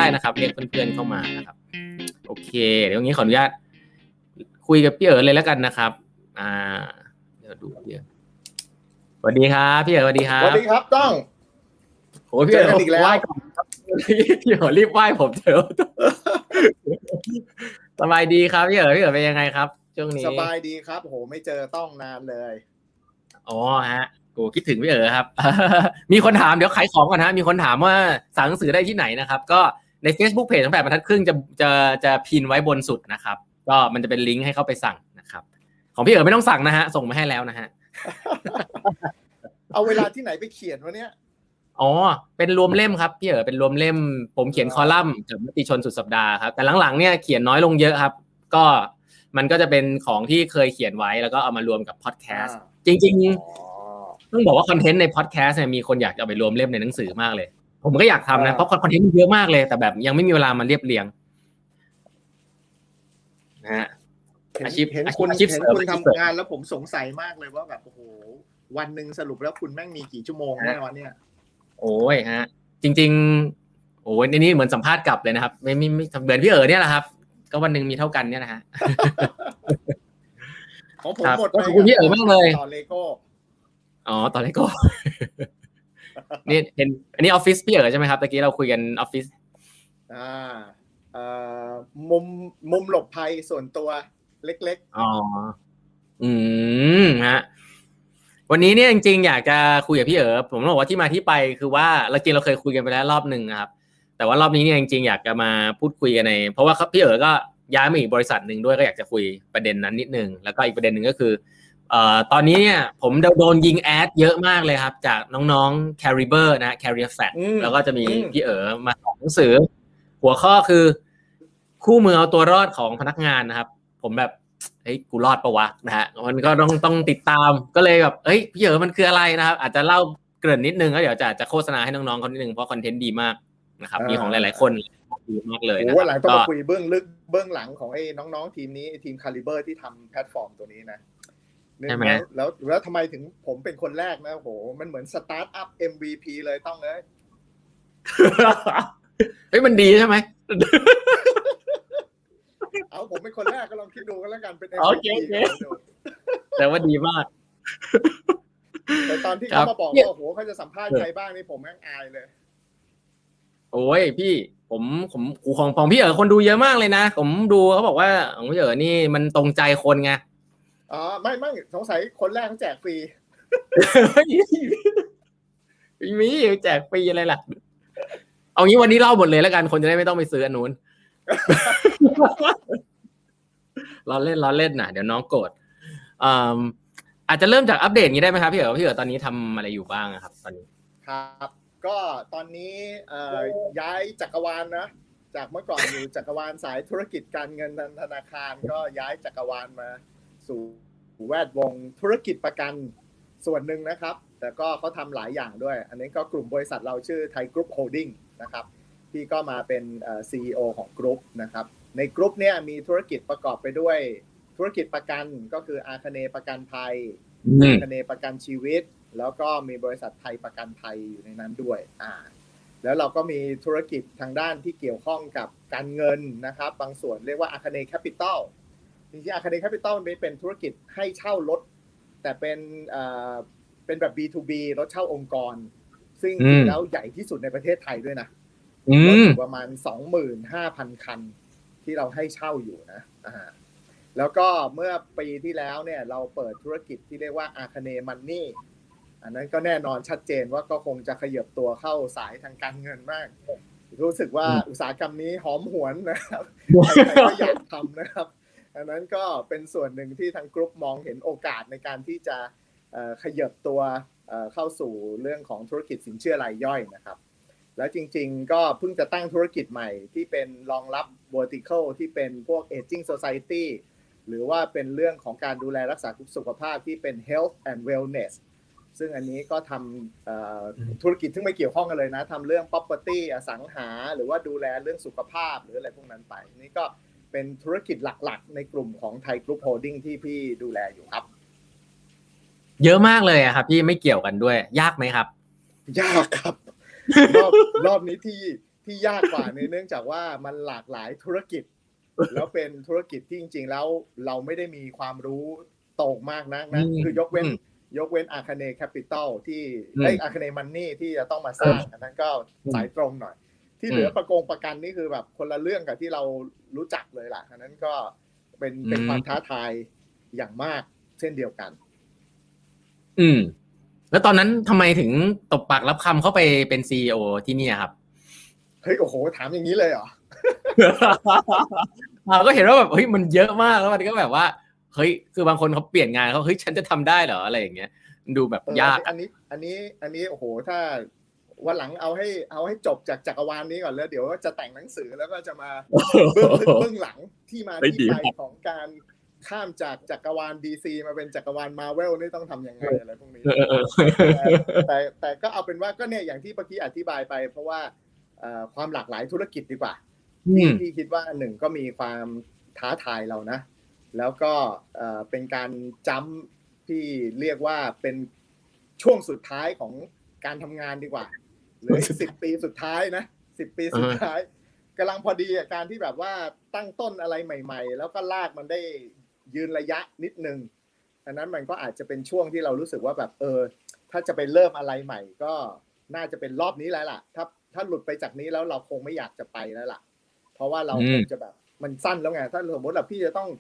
ได้นะครับเรียกเพื่อนๆเข้ามานะครับโอเคเดี๋ยวงี้ขออนุญาตคุยกับพี่เอ๋เลยแล้วกันนะครับเดี๋ยวดูพี่เอ๋สวัสดีครับพี่เอ๋สวัสดีครับสวัสดีครับต้องโอ้พี่เอ๋อีกแล้วไหว้ก่อนครับพี่เอ๋รีบไหว้ผมเถอะสบายดีครับพี่เอ๋เป็นยังไงครับช่วงนี้สบายดีครับโหไม่เจอต้องนานเลยอ๋อฮะโอ้คิดถึงพี่เอ๋ครับ มีคนถามเดี๋ยวขายของก่อนนะมีคนถามว่าสั่งหนังสือได้ที่ไหนนะครับก็ใน Facebook Page ของ8 บรรทัดครึ่งจะพินไว้บนสุดนะครับก็มันจะเป็นลิงก์ให้เข้าไปสั่งนะครับของพี่เอ๋ไม่ต้องสั่งนะฮะส่งมาให้แล้วนะฮะเอาเวลาที่ไหนไปเขียนวะเนี้ยอ๋อเป็นรวมเล่มครับพี่เอ๋เป็นรวมเล่มผมเขียนคอลัมน์กับมติชนสุดสัปดาห์ครับแต่หลังๆเนี่ยเขียนน้อยลงเยอะครับก็มันก็จะเป็นของที่เคยเขียนไว้แล้วก็เอามารวมกับพอดแคสต์จริงๆต้องบอกว่าคอนเทนต์ในพอดแคสต์เนี่ยมีคนอยากเอาไปรวมเล่มในหนังสือมากเลยผมก็อยากทำนะเพราะคอนเทนต์มันเยอะมากเลยแต่แบบยังไม่มีเวลามาเรียบเรียงนะฮะเห็นคุณทำงานแล้วผมสงสัยมากเลยว่าแบบโอ้โหวันนึงสรุปแล้วคุณแม่งมีกี่ชั่วโมงแน่วะเนี่ยโอ้ยฮะจริงๆโอ้ยในนี้เหมือนสัมภาษณ์กลับเลยนะครับไม่เหมือนพี่เอ๋เนี่ยแหละครับก็วันนึงมีเท่ากันเนี่ยนะฮะของผมหมดไปขอบคุณพี่เอ๋มากเลยต่อเลโก้ต่อเลโก้นี่เห็นอันนี้ออฟฟิศพี่เอ๋ใช่ไหมครับตะกี้เราคุยกันออฟฟิศมุมหลบภัยส่วนตัวเล็กๆฮะวันนี้เนี่ยจริงๆอยากจะคุยกับพี่เอ๋ผมบอกว่าที่มาที่ไปคือว่าเราจริงเราเคยคุยกันไปแล้วรอบนึงนะครับแต่ว่ารอบนี้เนี่ยจริงๆอยากจะมาพูดคุยกันในเพราะว่าพี่เอ๋ก็ย้ายมาอีกบริษัทนึงด้วยก็อยากจะคุยประเด็นนั้นนิดนึงแล้วก็อีกประเด็นนึงก็คือตอนนี้เนี่ยผมโดนยิงแอดเยอะมากเลยครับจากน้องๆ Caliber นะ Career Fact แล้วก็จะมีพี่เอ๋มาสอนหนังสือหัวข้อคือคู่มือเอาตัวรอดของพนักงานนะครับผมแบบเฮ้ยกูรอดปะวะนะฮะมันก็ต้องติดตามก็เลยแบบเฮ้ยพี่เอ๋มันคืออะไรนะครับอาจจะเล่าเกริ่นนิดนึงแล้วเดี๋ยวจะโฆษณาให้น้องๆเขานิดนึงเพราะคอนเทนต์ดีมากนะครับมีของหลายๆคนดีมากเลยนะวันหลังต้องมาคุยเบื้องลึกเบื้องหลังของไอ้น้องๆทีมนี้ทีม Caliber ที่ทำแพลตฟอร์มตัวนี้นะแล้วทำไมถึงผมเป็นคนแรกนะโหมันเหมือนสตาร์ทอัพ MVP เลยต้องเลยเฮ้ยมันดีใช่ไหมเอาผมเป็นคนแรกก็ลองคิดดูกันแล้วกันเป็น MVP แต่ว่าดีมากแต่ตอนที่เขามาบอกว่าโอ้โหเขาจะสัมภาษณ์ใครบ้างนี่ผมแม่งอายเลยโอ้ยพี่ผมของพี่คนดูเยอะมากเลยนะผมดูเขาบอกว่าของพี่นี่มันตรงใจคนไงไม่สงสัยคนแรกเขาแจกฟรีมีแจกฟรีอะไรล่ะเอางี้วันนี้เล่าหมดเลยแล้วกันคนจะได้ไม่ต้องไปซื้ออันนู้นล้อเล่นนะเดี๋ยวน้องโกรธอาจจะเริ่มจากอัปเดตนี้ได้ไหมครับพี่ตอนนี้ทำอะไรอยู่บ้างครับตอนนี้ครับก็ตอนนี้ย้ายจักรวาลนะจากเมื่อก่อนอยู่จักรวาลสายธุรกิจการเงินธนาคารก็ย้ายจักรวาลมาสู่แวดวงธุรกิจประกันส่วนหนึ่งนะครับแต่ก็เขาทำหลายอย่างด้วยอันนี้ก็กลุ่มบริษัทเราชื่อไทยกรุ๊ปโฮลดิ้งนะครับที่ก็มาเป็นCEO ของกรุ๊ปนะครับในกรุ๊ปเนี่ยมีธุรกิจประกอบไปด้วยธุรกิจประกันก็คืออาคเนย์ประกันภัยอาคเนย์ประกันชีวิตแล้วก็มีบริษัทไทยประกันภัยอยู่ในนั้นด้วยแล้วเราก็มีธุรกิจทางด้านที่เกี่ยวข้องกับการเงินนะครับบางส่วนเรียกว่าอาคเนย์แคปิตอลจริงๆอาคเนย์แคปิตอลเป็นธุรกิจให้เช่ารถแต่เป็นแบบ B2B รถเช่าองค์กรซึ่งแล้วใหญ่ที่สุดในประเทศไทยด้วยนะรถอยู่ประมาณ 25,000 คันที่เราให้เช่าอยู่นะแล้วก็เมื่อปีที่แล้วเนี่ยเราเปิดธุรกิจที่เรียกว่าอาคเนย์มันนี่อันนั้นก็แน่นอนชัดเจนว่าก็คงจะขยับตัวเข้าสายทางการเงินมากรู้สึกว่าอุตสาหกรรมนี้หอมหวนนะครับใครๆก็อยากทำนะครับอันนั้นก็เป็นส่วนหนึ่งที่ทางกรุ๊ปมองเห็นโอกาสในการที่จะขยับตัวเข้าสู่เรื่องของธุรกิจสินเชื่อรายย่อยนะครับแล้วจริงๆก็เพิ่งจะตั้งธุรกิจใหม่ที่เป็นรองรับ vertical ที่เป็นพวก aging society หรือว่าเป็นเรื่องของการดูแลรักษาสุขภาพที่เป็น health and wellness ซึ่งอันนี้ก็ทำธุรกิจที่ไม่เกี่ยวข้องกันเลยนะทำเรื่อง property อสังหาหรือว่าดูแลเรื่องสุขภาพหรืออะไรพวกนั้นไปนี่ก็เป็นธุรกิจหลักๆในกลุ่มของไทยกรุ๊ปโฮลดิ้งที่พี่ดูแลอยู่ครับเยอะมากเลยครับพี่ไม่เกี่ยวกันด้วยยากไหมครับยากครับรอบนี้ที่ยากกว่าเนื่องจากว่ามันหลากหลายธุรกิจแล้วเป็นธุรกิจที่จริงๆแล้วเราไม่ได้มีความรู้โตมากนักนะคือยกเว้นอาคาเนย์แคปิตอลที่อาคาเนย์มันนี่ที่จะต้องมาสร้างอันนั้นก็สายตรงหน่อยที่เหลือประกันนี่คือแบบคนละเรื่องกับที่เรารู้จักเลยล่ะอันนั้นก็เป็นความท้าทายอย่างมากเช่นเดียวกันแล้วตอนนั้นทำไมถึงตบปากรับคำเข้าไปเป็น CEO ที่นี่ครับเฮ้ยโอ้โหถามอย่างนี้เลยเหรอก็เห็นว่าแบบเฮ้ยมันเยอะมากแล้วมันก็แบบว่าเฮ้ยคือบางคนเขาเปลี่ยนงานเขาเฮ้ยฉันจะทำได้เหรออะไรอย่างเงี้ยดูแบบยากอันนี้โอ้โหถ้าวันหลังเอาให้จบจากจักรวาลนี้ก่อนแล้วเดี๋ยวจะแต่งหนังสือแล้วก็จะมาเบื้องหลังที่มาที่ไปของการข้ามจากจักรวาล DC มาเป็นจักรวาล Marvel นี่ต้องทำยังไงอะไรพวกนี้แต่ก็เอาเป็นว่าก็เนี่ยอย่างที่เมื่อกี้อธิบายไปเพราะว่าความหลากหลายธุรกิจดีกว่าที่คิดว่าหนึ่งก็มีความท้าทายเรานะแล้วก็เป็นการจัมป์ที่เรียกว่าเป็นช่วงสุดท้ายของการทำงานดีกว่าเหลือ10 ปีสุดท้ายนะ10 ปีสุดท้ายกำลังพอดีกับการที่แบบว่าตั้งต้นอะไรใหม่ๆแล้วก็ลากมันได้ยืนระยะนิดนึงอันนั้นมันก็อาจจะเป็นช่วงที่เรารู้สึกว่าแบบถ้าจะไปเริ่มอะไรใหม่ก็น่าจะเป็นรอบนี้แล้วล่ะถ้าหลุดไปจากนี้แล้วเราคงไม่อยากจะไปแล้วล่ะเพราะว่าเราคงจะแบบมันสั้นแล้วไงถ้าสมมติแบบพี่จะต้อง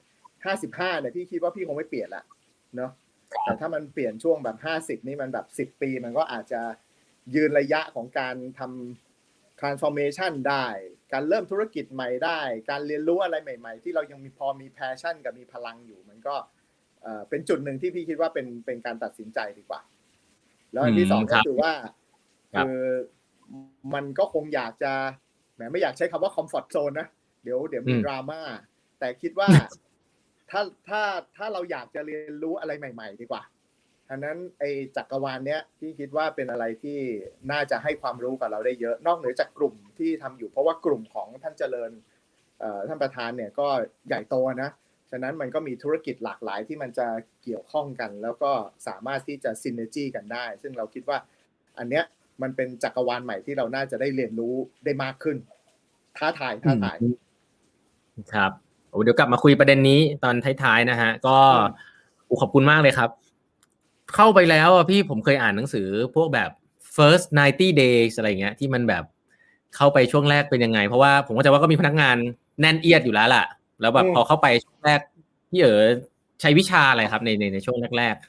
55เนี่ยพี่คิดว่าพี่คงไม่เปลี่ยนละเนาะแต่ถ้ามันเปลี่ยนช่วงแบบ50นี่มันแบบ10 ปีมันก็อาจจะยืนระยะของการทำ transformation ได้การเริ่มธุรกิจใหม่ได้การเรียนรู้อะไรใหม่ๆที่เรายังมี passion กับมีพลังอยู่มันก็เป็นจุดหนึ่งที่พี่คิดว่าเป็นการตัดสินใจดีกว่าแล้วอันที่สองก็คือว่าคือมันก็คงอยากจะไม่อยากใช้คำว่า comfort zone นะเดี๋ยวมีดราม่าแต่คิดว่าถ้าเราอยากจะเรียนรู้อะไรใหม่ๆดีกว่าอันนั้นไอ้จักรวาลเนี้ยพี่คิดว่าเป็นอะไรที่น่าจะให้ความรู้กับเราได้เยอะนอกเหนือจากกลุ่มที่ทำอยู่เพราะว่ากลุ่มของท่านเจริญท่านประธานเนี่ยก็ใหญ่โตนะฉะนั้นมันก็มีธุรกิจหลากหลายที่มันจะเกี่ยวข้องกันแล้วก็สามารถที่จะซินเนอร์จี้กันได้ซึ่งเราคิดว่าอันเนี้ยมันเป็นจักรวาลใหม่ที่เราน่าจะได้เรียนรู้ได้มากขึ้นท้าทายครับเดี๋ยวกลับมาคุยประเด็นนี้ตอนท้ายๆนะฮะก็ขอบคุณมากเลยครับเข้าไปแล้วพี่ผมเคยอ่านหนังสือพวกแบบ first 90 days อะไรเงี้ยที่มันแบบเข้าไปช่วงแรกเป็นยังไงเพราะว่าผมก็จะว่าก็มีพนักงานแน่นเอียดอยู่แล้วล่ะแล้วแบบพอเข้าไปช่วงแรกพี่ใช้วิชาอะไรครับในช่วงแรก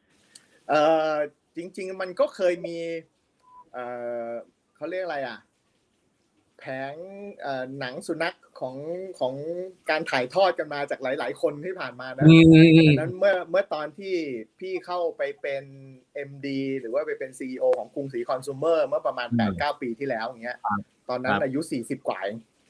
จริงๆมันก็เคยมีเขาเรียกอะไรแผงหนังสุนัขของการถ่ายทอดกันมาจากหลายๆคนที่ผ่านมานะอันนั้นเมื่อตอนที่พี่เข้าไปเป็น MD หรือว่าไปเป็น CEO ของกรุงศรีคอน sumer เมื่อประมาณ 8-9 ปีที่แล้วอย่างเงี้ยตอนนั้นอายุ40กว่า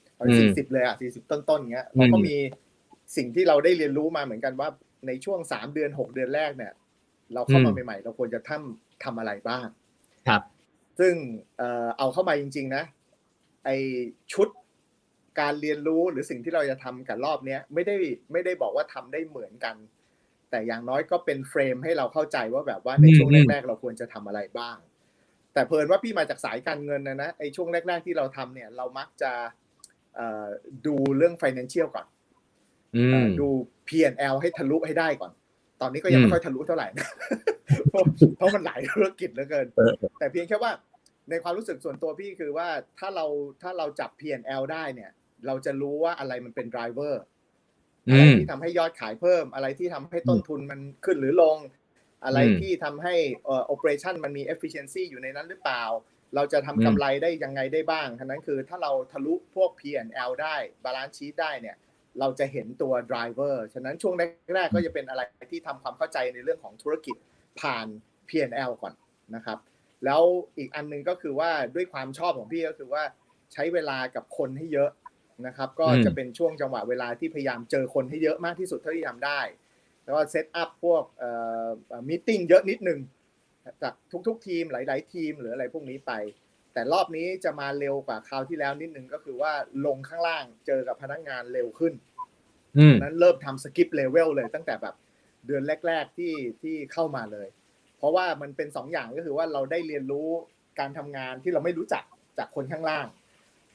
40เลย40ต้นๆเงี้ยเราก็มีสิ่งที่เราได้เรียนรู้มาเหมือนกันว่าในช่วง3เดือน6เดือนแรกเนี่ยเราเข้ามาใหม่ๆเราควรจะทำอะไรบ้างครับซึ่งเอาเข้ามาจริงๆนะไอชุดการเรียนรู้หรือสิ่งที่เราจะทำกับรอบนี้ไม่ได้บอกว่าทำได้เหมือนกันแต่อย่างน้อยก็เป็นเฟรมให้เราเข้าใจว่าแบบว่าในช่วงแรกๆเราควรจะทำอะไรบ้างแต่เพิ่นว่าพี่มาจากสายการเงินนะไอช่วงแรกๆที่เราทำเนี่ยเรามักจะดูเรื่อง financial ก่อนดู P&L ให้ทะลุให้ได้ก่อนตอนนี้ก็ยังไม่ค่อยทะลุเท่าไหร่นะเพราะมันหลายธุรกิจเหลือเกินแต่เพียงแค่ว่าในความรู้สึกส่วนตัวพี่คือว่าถ้าเราจับ P&L ได้เนี่ยเราจะรู้ว่าอะไรมันเป็น driver อะไรที่ทำให้ยอดขายเพิ่มอะไรที่ทำให้ต้นทุนมันขึ้นหรือลงอะไรที่ทำให้operation มันมี efficiency อยู่ในนั้นหรือเปล่าเราจะทำกำไรได้ยังไงได้บ้างฉะนั้นคือถ้าเราทะลุพวก P&L ได้ balance sheet ได้เนี่ยเราจะเห็นตัว driver ฉะนั้นช่วงแรกๆก็จะเป็นอะไรที่ทำความเข้าใจในเรื่องของธุรกิจผ่าน P&L ก่อนนะครับแล้วอีกอันนึงก็คือว่าด้วยความชอบของพี่ก็คือว่าใช้เวลากับคนให้เยอะนะครับก็จะเป็นช่วงจังหวะเวลาที่พยายามเจอคนให้เยอะมากที่สุดเท่าที่ทำได้แล้วก็เซตอัพพวกมีตติ้งเยอะนิดนึงจากทุกทีมหลายๆทีมหรืออะไรพวกนี้ไปแต่รอบนี้จะมาเร็วกว่าคราวที่แล้วนิดนึงก็คือว่าลงข้างล่างเจอกับพนักงานเร็วขึ้นนั้นเริ่มทำสกิปเลเวลเลยตั้งแต่แบบเดือนแรกๆที่เข้ามาเลยเพราะว่ามันเป็น2 อย่างก็คือว่าเราได้เรียนรู้การทำงานที่เราไม่รู้จักจากคนข้างล่างพ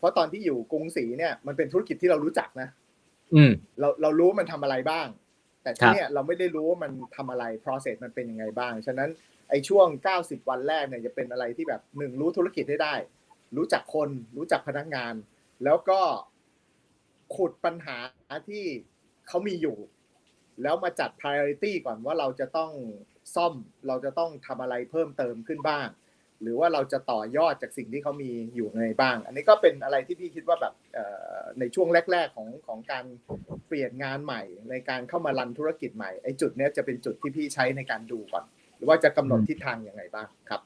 ราะตอนที่อยู่กรุงศรีเนี่ยมันเป็นธุรกิจที่เรารู้จักนะเรารู้มันทำอะไรบ้างแต่ที่เนี่ยเราไม่ได้รู้ว่ามันทำอะไร process มันเป็นยังไงบ้างฉะนั้นไอ้ช่วง90วันแรกเนี่ยจะเป็นอะไรที่แบบ1รู้ธุรกิจให้ได้รู้จักคนรู้จักพนักงานแล้วก็ขุดปัญหาที่เขามีอยู่แล้วมาจัด priority ก่อนว่าเราจะต้องซ่อมเราจะต้องทำอะไรเพิ่มเติมขึ้นบ้างหรือว่าเราจะต่อยอดจากสิ่งที่เขามีอยู่ในบ้างอันนี้ก็เป็นอะไรที่พี่คิดว่าแบบในช่วงแรกๆของการเปลี่ยนงานใหม่ในการเข้ามารันธุรกิจใหม่ไอ้จุดนี้จะเป็นจุดที่พี่ใช้ในการดูก่อนหรือว่าจะกำหนดทิศทางยังไงบ้างครับ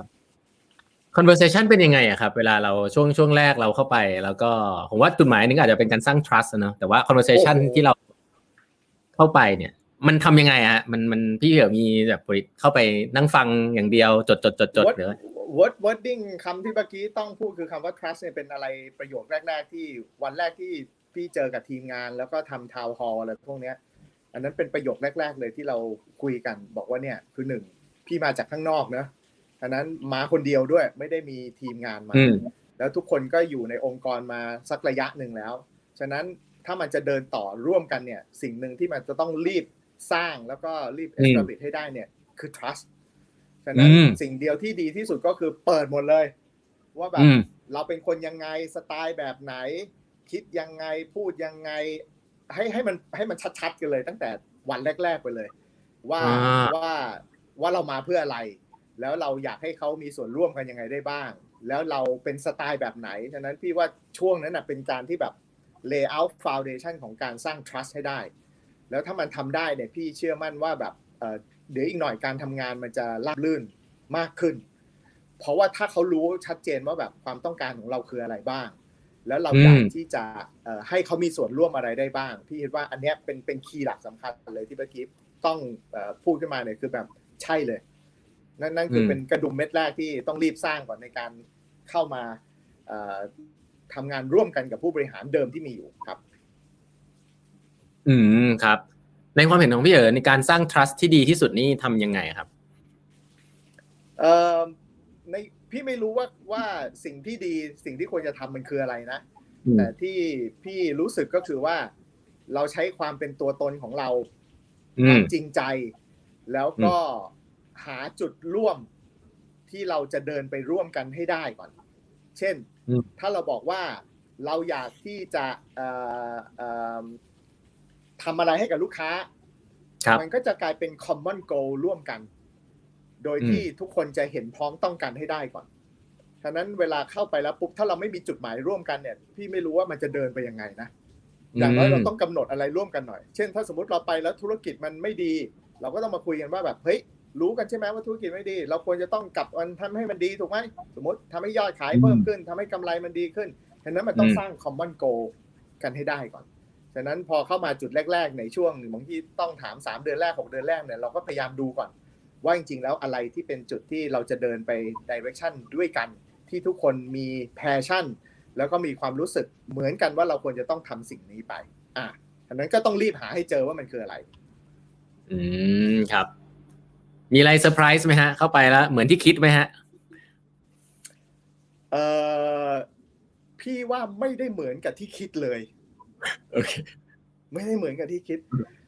conversation เป็นยังไงอะครับเวลาเราช่วงแรกเราเข้าไปแล้วก็ผมว่าจุดหมายนึงอาจจะเป็นการสร้าง trust เนอะแต่ว่า conversation ที่เราเข้าไปเนี่ยมันทำยังไงฮะมันพี่เอ๋มีแบบเข้าไปนั่งฟังอย่างเดียวจดหรือ wording คำที่เมื่อกี้ต้องพูดคือคำว่า trust เนี่ยเป็นอะไรประโยคแรกๆที่วันแรกที่พี่เจอกับทีมงานแล้วก็ทำ town hall อะไรพวกนี้อันนั้นเป็นประโยคแรกๆเลยที่เราคุยกันบอกว่าเนี่ยคือ1พี่มาจากข้างนอกนะอันนั้นมาคนเดียวด้วยไม่ได้มีทีมงานมาแล้วทุกคนก็อยู่ในองค์กรมาสักระยะหนึ่งแล้วฉะนั้นถ้ามันจะเดินต่อร่วมกันเนี่ยสิ่งหนึ่งที่มันจะต้องรีบสร้างแล้วก็รีบ establish ให้ได้เนี่ยคือ trust ฉะนั้นสิ่งเดียวที่ดีที่สุดก็คือเปิดหมดเลยว่าแบบเราเป็นคนยังไงสไตล์แบบไหนคิดยังไงพูดยังไงให้มันชัดๆกันเลยตั้งแต่วันแรกๆไปเลยว่าเรามาเพื่ออะไรแล้วเราอยากให้เขามีส่วนร่วมกันยังไงได้บ้างแล้วเราเป็นสไตล์แบบไหนฉะนั้นพี่ว่าช่วงนั้นเป็นการที่แบบ layout foundation ของการสร้าง trust ให้ได้แล้วถ้ามันทำได้เนี่ยพี่เชื่อมั่นว่าแบบเดี๋ยวอีกหน่อยการทำงานมันจะราบรื่นมากขึ้นเพราะว่าถ้าเขารู้ชัดเจนว่าแบบความต้องการของเราคืออะไรบ้างแล้วเราอยากที่จะให้เขามีส่วนร่วมอะไรได้บ้างพี่คิดว่าอันนี้เป็นคีย์หลักสำคัญเลยที่เมื่อกี้ต้องพูดขึ้นมาเนี่ยคือแบบใช่เลยนั่นคือเป็นกระดุมเม็ดแรกที่ต้องรีบสร้างก่อนในการเข้ามาทำงานร่วมกันกับผู้บริหารเดิมที่มีอยู่ครับครับในความเห็นของพี่เอ๋ในการสร้าง trust ที่ดีที่สุดนี่ทำยังไงครับในพี่ไม่รู้ว่าสิ่งที่ดีสิ่งที่ควรจะทำมันคืออะไรนะแต่ที่พี่รู้สึกก็คือว่าเราใช้ความเป็นตัวตนของเราความจริงใจแล้วก็หาจุดร่วมที่เราจะเดินไปร่วมกันให้ได้ก่อนเช่นถ้าเราบอกว่าเราอยากที่จะทำอะไรให้กับลูกค้ามันก็จะกลายเป็น common goal ร่วมกันโดยที่ทุกคนจะเห็นพ้องต้องกันให้ได้ก่อนฉะนั้นเวลาเข้าไปแล้วปุ๊บถ้าเราไม่มีจุดหมายร่วมกันเนี่ยพี่ไม่รู้ว่ามันจะเดินไปยังไงนะอย่างน้อยเราต้องกำหนดอะไรร่วมกันหน่อยเช่นถ้าสมมติเราไปแล้วธุรกิจมันไม่ดีเราก็ต้องมาคุยกันว่าแบบเฮ้ยรู้กันใช่ไหมว่าธุรกิจไม่ดีเราควรจะต้องกลับมันทำให้มันดีถูกไหมสมมติทำให้ยอดขายเพิ่มขึ้นทำให้กำไรมันดีขึ้นฉะนั้นมันต้องสร้าง common goal กันให้ได้ก่อนฉะนั้นพอเข้ามาจุดแรกๆในช่วงบางทีต้องถาม3เดือนแรก6เดือนแรกเนี่ยเราก็พยายามดูก่อนว่าจริงๆแล้วอะไรที่เป็นจุดที่เราจะเดินไป direction ด้วยกันที่ทุกคนมี passion แล้วก็มีความรู้สึกเหมือนกันว่าเราควรจะต้องทำสิ่งนี้ไปฉะนั้นก็ต้องรีบหาให้เจอว่ามันคืออะไรครับมีอะไรเซอร์ไพรส์ไหมฮะเข้าไปแล้วเหมือนที่คิดไหมฮะพี่ว่าไม่ได้เหมือนกับที่คิดเลยโอเคไม่ได้เหมือนกับที่คิด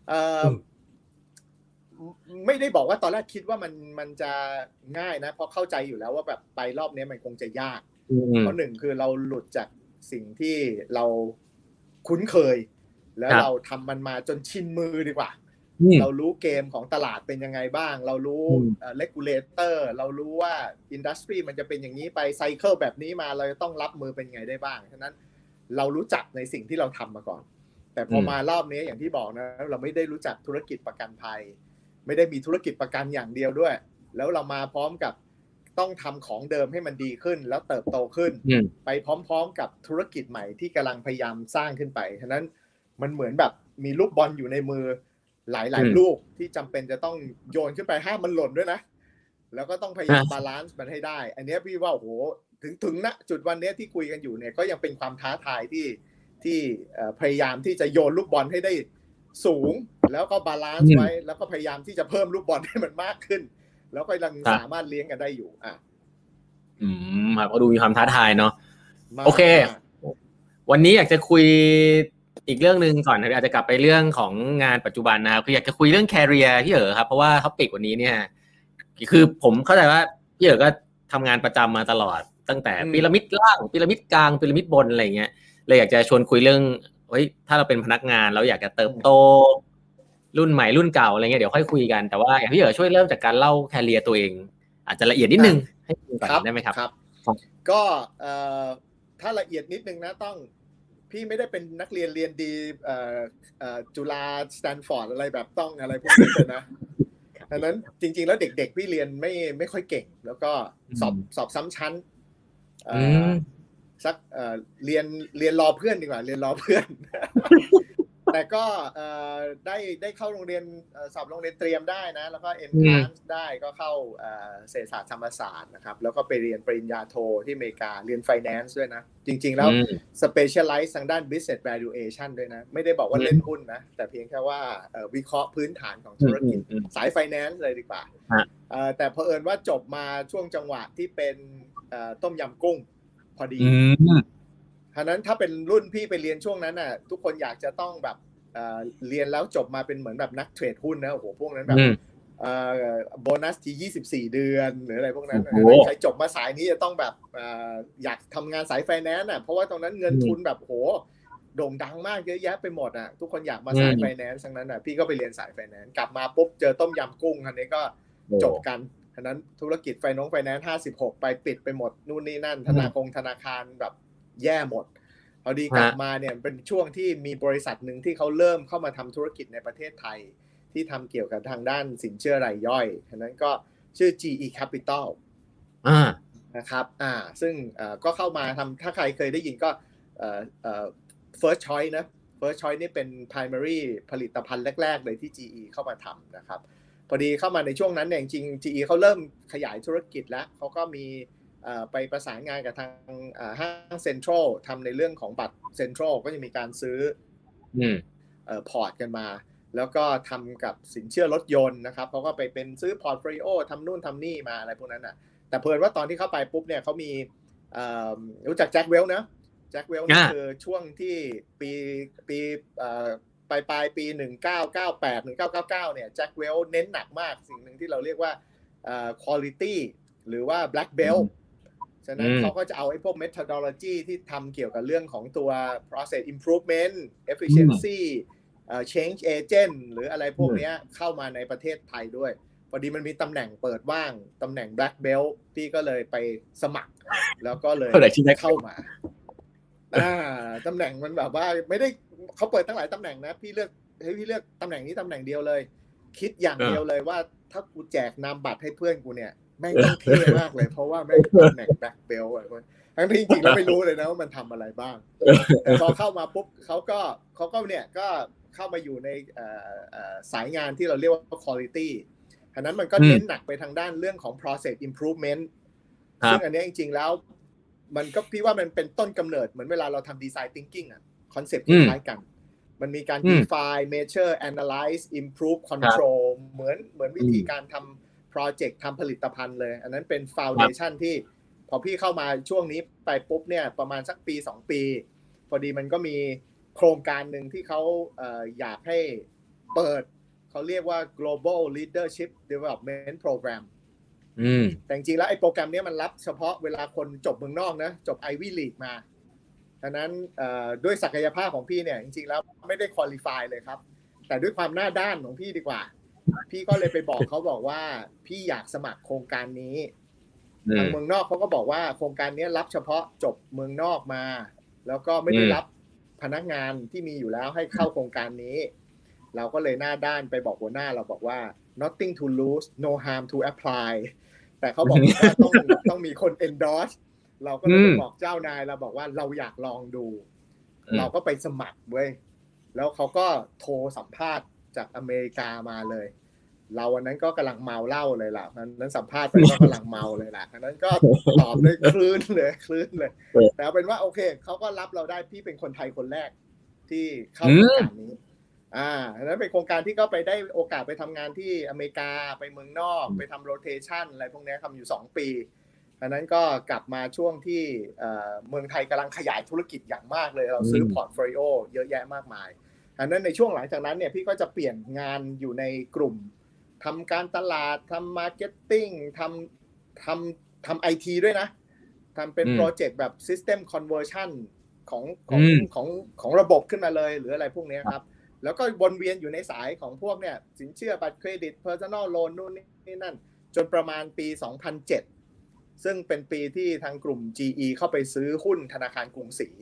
ไม่ได้บอกว่าตอนแรกคิดว่ามันจะง่ายนะเพราะเข้าใจอยู่แล้วว่าแบบไปรอบนี้มันคงจะยากเพราะหนึ่งคือเราหลุดจากสิ่งที่เราคุ้นเคยแล้วเราทำมันมาจนชินมือดีกว่าเรารู้เกมของตลาดเป็นยังไงบ้างเรารู้regulator เรารู้ว่าอินดัสทรีมันจะเป็นอย่างนี้ไปไซเคิลแบบนี้มาเราจะต้องรับมือเป็นไงได้บ้างฉะนั้นเรารู้จักในสิ่งที่เราทำมาก่อนแต่พอมารอบนี้อย่างที่บอกนะเราไม่ได้รู้จักธุรกิจประกันภัยไม่ได้มีธุรกิจประกันอย่างเดียวด้วยแล้วเรามาพร้อมกับต้องทำของเดิมให้มันดีขึ้นแล้วเติบโตขึ้นไปพร้อมๆกับธุรกิจใหม่ที่กำลังพยายามสร้างขึ้นไปฉะนั้นมันเหมือนแบบมีลูกบอลอยู่ในมือหลายๆลูกที่จำเป็นจะต้องโยนขึ้นไปห้ามมันหล่นด้วยนะแล้วก็ต้องพยายามบาลานซ์มันให้ได้อันนี้พี่ว่าโอ้โหถึงณจุดวันนี้ที่คุยกันอยู่เนี่ยก็ยังเป็นความท้าทายที่พยายามที่จะโยนลูกบอลให้ได้สูงแล้วก็บาลานซ์ไว้แล้วก็พยายามที่จะเพิ่มลูกบอลให้มันมากขึ้นแล้วก็ยังสามารถเลี้ยงกันได้อยู่ครับก็ดูมีความท้าทายเนาะโอเควันนี้อยากจะคุยอีกเรื่องนึงก่อนอาจจะกลับไปเรื่องของงานปัจจุบันนะครับคืออยากจะคุยเรื่อง career พี่ครับเพราะว่าท็อปิกวันนี้เนี่ยคือผมเข้าใจว่าพี่ก็ทำงานประจำมาตลอดตั้งแต่พีระมิดล่างพีระมิดกลางพีระมิดบนอะไรเงี้ยเลยอยากจะชวนคุยเรื่องเฮ้ยถ้าเราเป็นพนักงานเราอยากจะเติบโตรุ่นใหม่รุ่นเก่าอะไรเงี้ยเดี๋ยวค่อยคุยกันแต่ว่าอยากพี่ช่วยเริ่มจากการเล่า career ตัวเองอาจจะละเอียดนิดนึงให้ฟังก่อนได้ไหมครับก็ถ้าละเอียดนิดนึงนะต้องพี่ไม่ได้เป็นนักเรียนเรียนดีจุฬาสแตนฟอร์ดอะไรแบบต้องอะไรพวกนี้เลยนะดังนั้นจริงๆแล้วเด็กๆพี่เรียนไม่ค่อยเก่งแล้วก็สอบซ้ำชั้นสักเรียนรอเพื่อนดีกว่าเรียนรอเพื่อนแต่ก็ได้เข้าโรงเรียนสอบโรงเรียนเตรียมได้นะแล้วก็ entrance ได้ก็เข้าเศรษฐศาสตร์ธรรมศาสตร์นะครับแล้วก็ไปเรียนปริญญาโทที่อเมริกาเรียน finance ด้วยนะจริงๆแล้ว specialize ทางด้าน business valuation ด้วยนะไม่ได้บอกว่าเล่นหุ้นนะแต่เพียงแค่ว่าวิเคราะห์พื้นฐานของธุรกิจสาย finance เลยดีกว่าแต่เผอิญว่าจบมาช่วงจังหวะที่เป็นต้มยำกุ้งพอดีฉะนั้นถ้าเป็นรุ่นพี่ไปเรียนช่วงนั้นน่ะทุกคนอยากจะต้องแบบเรียนแล้วจบมาเป็นเหมือนแบบนักเทรดหุ้นนะโอ้โหพวกนั้นแบบโบนัสที่24เดือนหรืออะไรพวกนั้นใครจบมาสายนี้จะต้องแบบอยากทำงานสายไฟแนนซ์อ่ะเพราะว่าตรงนั้นเงินทุนแบบโหโด่งดังมากเยอะแยะไปหมดอ่ะทุกคนอยากมาสายไฟแนนซ์ทั้งนั้นอ่ะพี่ก็ไปเรียนสายไฟแนนซ์กลับมาปุ๊บเจอต้มยำกุ้งอันนี้ก็จบกันฉะนั้นธุรกิจไฟแนนซ์56ไปปิดไปหมดนู่นนี่นั่นธนาคารแบบแย่หมดพอดีกลับมาเนี่ยเป็นช่วงที่มีบริษัทหนึ่งที่เขาเริ่มเข้ามาทำธุรกิจในประเทศไทยที่ทำเกี่ยวกับทางด้านสินเชื่อรายย่อยฉะนั้นก็ชื่อ GE Capital นะครับซึ่งก็เข้ามาทำถ้าใครเคยได้ยินก็First Choice นะ First Choice นี่เป็น primary ผลิตภัณฑ์แรกๆเลยที่ GE เข้ามาทำนะครับพอดีเข้ามาในช่วงนั้นเนี่ยจริงๆ GE เขาเริ่มขยายธุรกิจแล้วเขาก็มีไปประสานงานกับทางห้างเซ็นทรัลทำในเรื่องของบัตรเซ็นทรัลก็จะมีการซื้อพอร์ตกันมาแล้วก็ทำกับสินเชื่อรถยนต์นะครับเขาก็ไปเป็นซื้อพอร์ตโฟลิโอทำนู่นทำนี่มาอะไรพวกนั้นนะแต่เพิ่นว่าตอนที่เข้าไปปุ๊บเนี่ยเขามีรู้จักแจ็คเวลนะแจ็คเวลนี่คือช่วงที่ปีปลายปี1998 1999เนี่ยแจ็คเวลเน้นหนักมากสิ่งหนึ่งที่เราเรียกว่าquality หรือว่า black beltฉะนั้นเขาก็จะเอาไอ้พวก methodology ที่ทำเกี่ยวกับเรื่องของตัว process improvement efficiency change agent หรืออะไรพวกนี้เข้ามาในประเทศไทยด้วยพอดีมันมีตำแหน่งเปิดว่างตำแหน่ง black belt พี่ก็เลยไปสมัครแล้วก็เลยเข้ามาตำแหน่งมันแบบว่าไม่ได้เขาเปิดตั้งหลายตำแหน่งนะพี่เลือกตำแหน่งนี้ตำแหน่งเดียวเลยคิดอย่างเดียวเลยว่าถ้ากูแจกนามบัตรให้เพื่อนกูเนี่ยแม่งต้องเท่มากเลยเพราะว่าแม่งตำแหน่งแบ็คเบลต์ทั้งที่จริงๆแล้วไม่รู้เลยนะว่ามันทำอะไรบ้างแต่พอเข้ามาปุ๊บเขาก็เนี่ยก็เข้ามาอยู่ในสายงานที่เราเรียกว่า quality ฉะนั้นมันก็เน้นหนักไปทางด้านเรื่องของ process improvement ซึ่งอันนี้จริงๆแล้วมันก็พี่ว่ามันเป็นต้นกำเนิดเหมือนเวลาเราทำ design thinking อ่ะคอนเซ็ปต์คล้ายกันมันมีการ define measure analyze improve control เหมือนวิธีการทำ project ทำผลิตภัณฑ์เลยอันนั้นเป็น foundation ที่พอพี่เข้ามาช่วงนี้ไปปุ๊บเนี่ยประมาณสักปี2ปีพอดีมันก็มีโครงการหนึ่งที่เขาอยากให้เปิดเขาเรียกว่า global leadership development program แต่จริงๆแล้วไอ้โปรแกรมนี้มันรับเฉพาะเวลาคนจบเมืองนอกนะจบ Ivy League มาฉะนั้นด้วยศักยภาพของพี่เนี่ยจริงๆแล้วไม่ได้ควอลิฟายเลยครับแต่ด้วยความหน้าด้านของพี่ดีกว่าพี่ก็เลยไปบอกเขาบอกว่าพี่อยากสมัครโครงการนี้ทางเมืองนอกเขาก็บอกว่าโครงการนี้รับเฉพาะจบเมืองนอกมาแล้วก็ไม่ได้รับพนักงานที่มีอยู่แล้วให้เข้าโครงการนี้เราก็เลยหน้าด้านไปบอกหัวหน้าเราบอกว่า nothing to lose no harm to apply แต่เขาบอกว่าต้องมีคน endorse เราก็เลยบอกเจ้านายเราบอกว่าเราอยากลองดูเราก็ไปสมัครเว้ยแล้วเขาก็โทรสัมภาษณ์จากอเมริกามาเลยเราวันนั้นก็กำลังเมาเหล้าเลยล่ะนั้นสัมภาษณ์ไปก็กำลังเมาเลยล่ะนั้นก็ตอบด้วยคลื่นเลยแต่เป็นว่าโอเคเขาก็รับเราได้พี่เป็นคนไทยคนแรกที่เข้าโครงการนี้นั้นเป็นโครงการที่ก็ไปได้โอกาสไปทำงานที่อเมริกาไปเมืองนอกไปทำโรเทชันอะไรพวกนี้ทำอยู่2ปีอันนั้นก็กลับมาช่วงที่เมืองไทยกำลังขยายธุรกิจอย่างมากเลยเราซื้อพอร์ตโฟลิโอเยอะแยะมากมายอันนั้นในช่วงหลังจากนั้นเนี่ยพี่ก็จะเปลี่ยนงานอยู่ในกลุ่มทำการตลาดทำมาร์เก็ตติ้งทำไอทีด้วยนะทำเป็นโปรเจกต์แบบ System Conversion ของระบบขึ้นมาเลยหรืออะไรพวกนี้ครับแล้วก็วนเวียนอยู่ในสายของพวกเนี่ยสินเชื่อบัตรเครดิต Personal Loan นู่นนี่นั่นจนประมาณปี 2007 ซึ่งเป็นปีที่ทางกลุ่ม GE เข้าไปซื้อหุ้นธนาคารกรุงศรี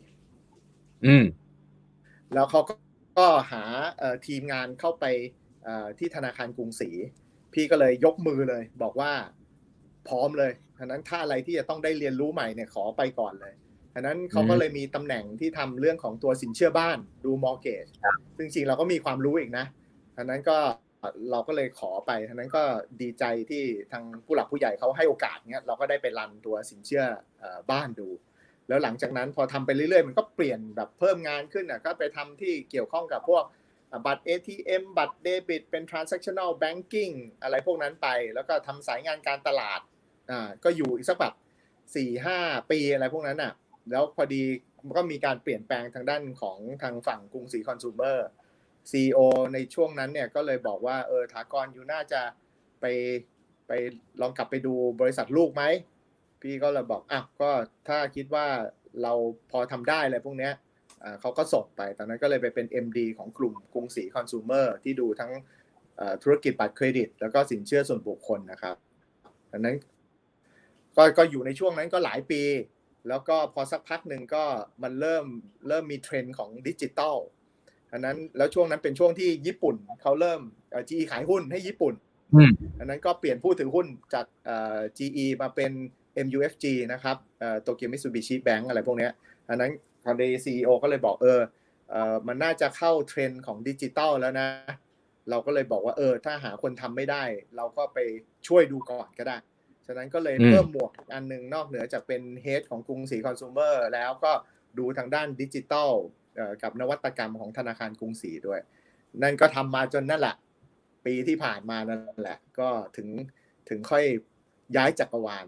แล้วเขาก็หาทีมงานเข้าไปที่ธนาคารกรุงศรีพี่ก็เลยยกมือเลยบอกว่าพร้อมเลยฉะนั้นถ้าอะไรที่จะต้องได้เรียนรู้ใหม่เนี่ยขอไปก่อนเลยฉะนั้นเขาก็เลยมีตำแหน่งที่ทำเรื่องของตัวสินเชื่อบ้านดู mortgage ซึ่งจริงเราก็มีความรู้อีกนะฉะนั้นก็เราก็เลยขอไปฉะนั้นก็ดีใจที่ทางผู้หลักผู้ใหญ่เขาให้โอกาสเนี้ยเราก็ได้ไปรันตัวสินเชื่อบ้านดูแล้วหลังจากนั้นพอทำไปเรื่อยๆมันก็เปลี่ยนแบบเพิ่มงานขึ้นก็ไปทำที่เกี่ยวข้องกับพวกบัตร ATM บัตรเดบิตเป็น transactional banking อะไรพวกนั้นไปแล้วก็ทำสายงานการตลาดก็อยู่อีกสักแบบ 4-5 ปีอะไรพวกนั้นแล้วพอดีก็มีการเปลี่ยนแปลงทางด้านของทางฝั่งกรุงศรีคอน sumer CEO ในช่วงนั้นเนี่ยก็เลยบอกว่าถากรอยู่น่าจะไปลองกลับไปดูบริษัทลูกไหมพี่ก็เลยบอกก็ถ้าคิดว่าเราพอทำได้อะไรพวกนี้เขาก็ส่งไปตอนนั้นก็เลยไปเป็น MD ของกลุ่มกรุงศรีคอน sumer ที่ดูทั้งธุรกิจบัตรเครดิตแล้วก็สินเชื่อส่วนบุคคลนะครับดังนั้นก็อยู่ในช่วงนั้นก็หลายปีแล้วก็พอสักพักหนึ่งก็มันเริ่มมีเทรนด์ของดิจิตอลอันนั้นแล้วช่วงนั้นเป็นช่วงที่ญี่ปุ่นเขาเริ่มGE ขายหุ้นให้ญี่ปุ่นอันนั้นก็เปลี่ยนผู้ถือหุ้นจากGE มาเป็น MUFG นะครับโตเกียวมิตซูบิชิแบงก์อะไรพวกนี้อันนั้นทาง CEO ก็เลยบอกมันน่าจะเข้าเทรนด์ของดิจิตอลแล้วนะเราก็เลยบอกว่าถ้าหาคนทำไม่ได้เราก็ไปช่วยดูก่อนก็ได้ฉะนั้นก็เลยเพิ่มหมวกอันนึงนอกเหนือจากเป็นเฮดของกรุงศรีคอน sumer แล้วก็ดูทางด้านดิจิตอลกับนวัตกรรมของธนาคารกรุงศรีด้วยนั่นก็ทำมาจนนั่นแหละปีที่ผ่านมานั่นแหละก็ถึงค่อยย้ายจักรวาล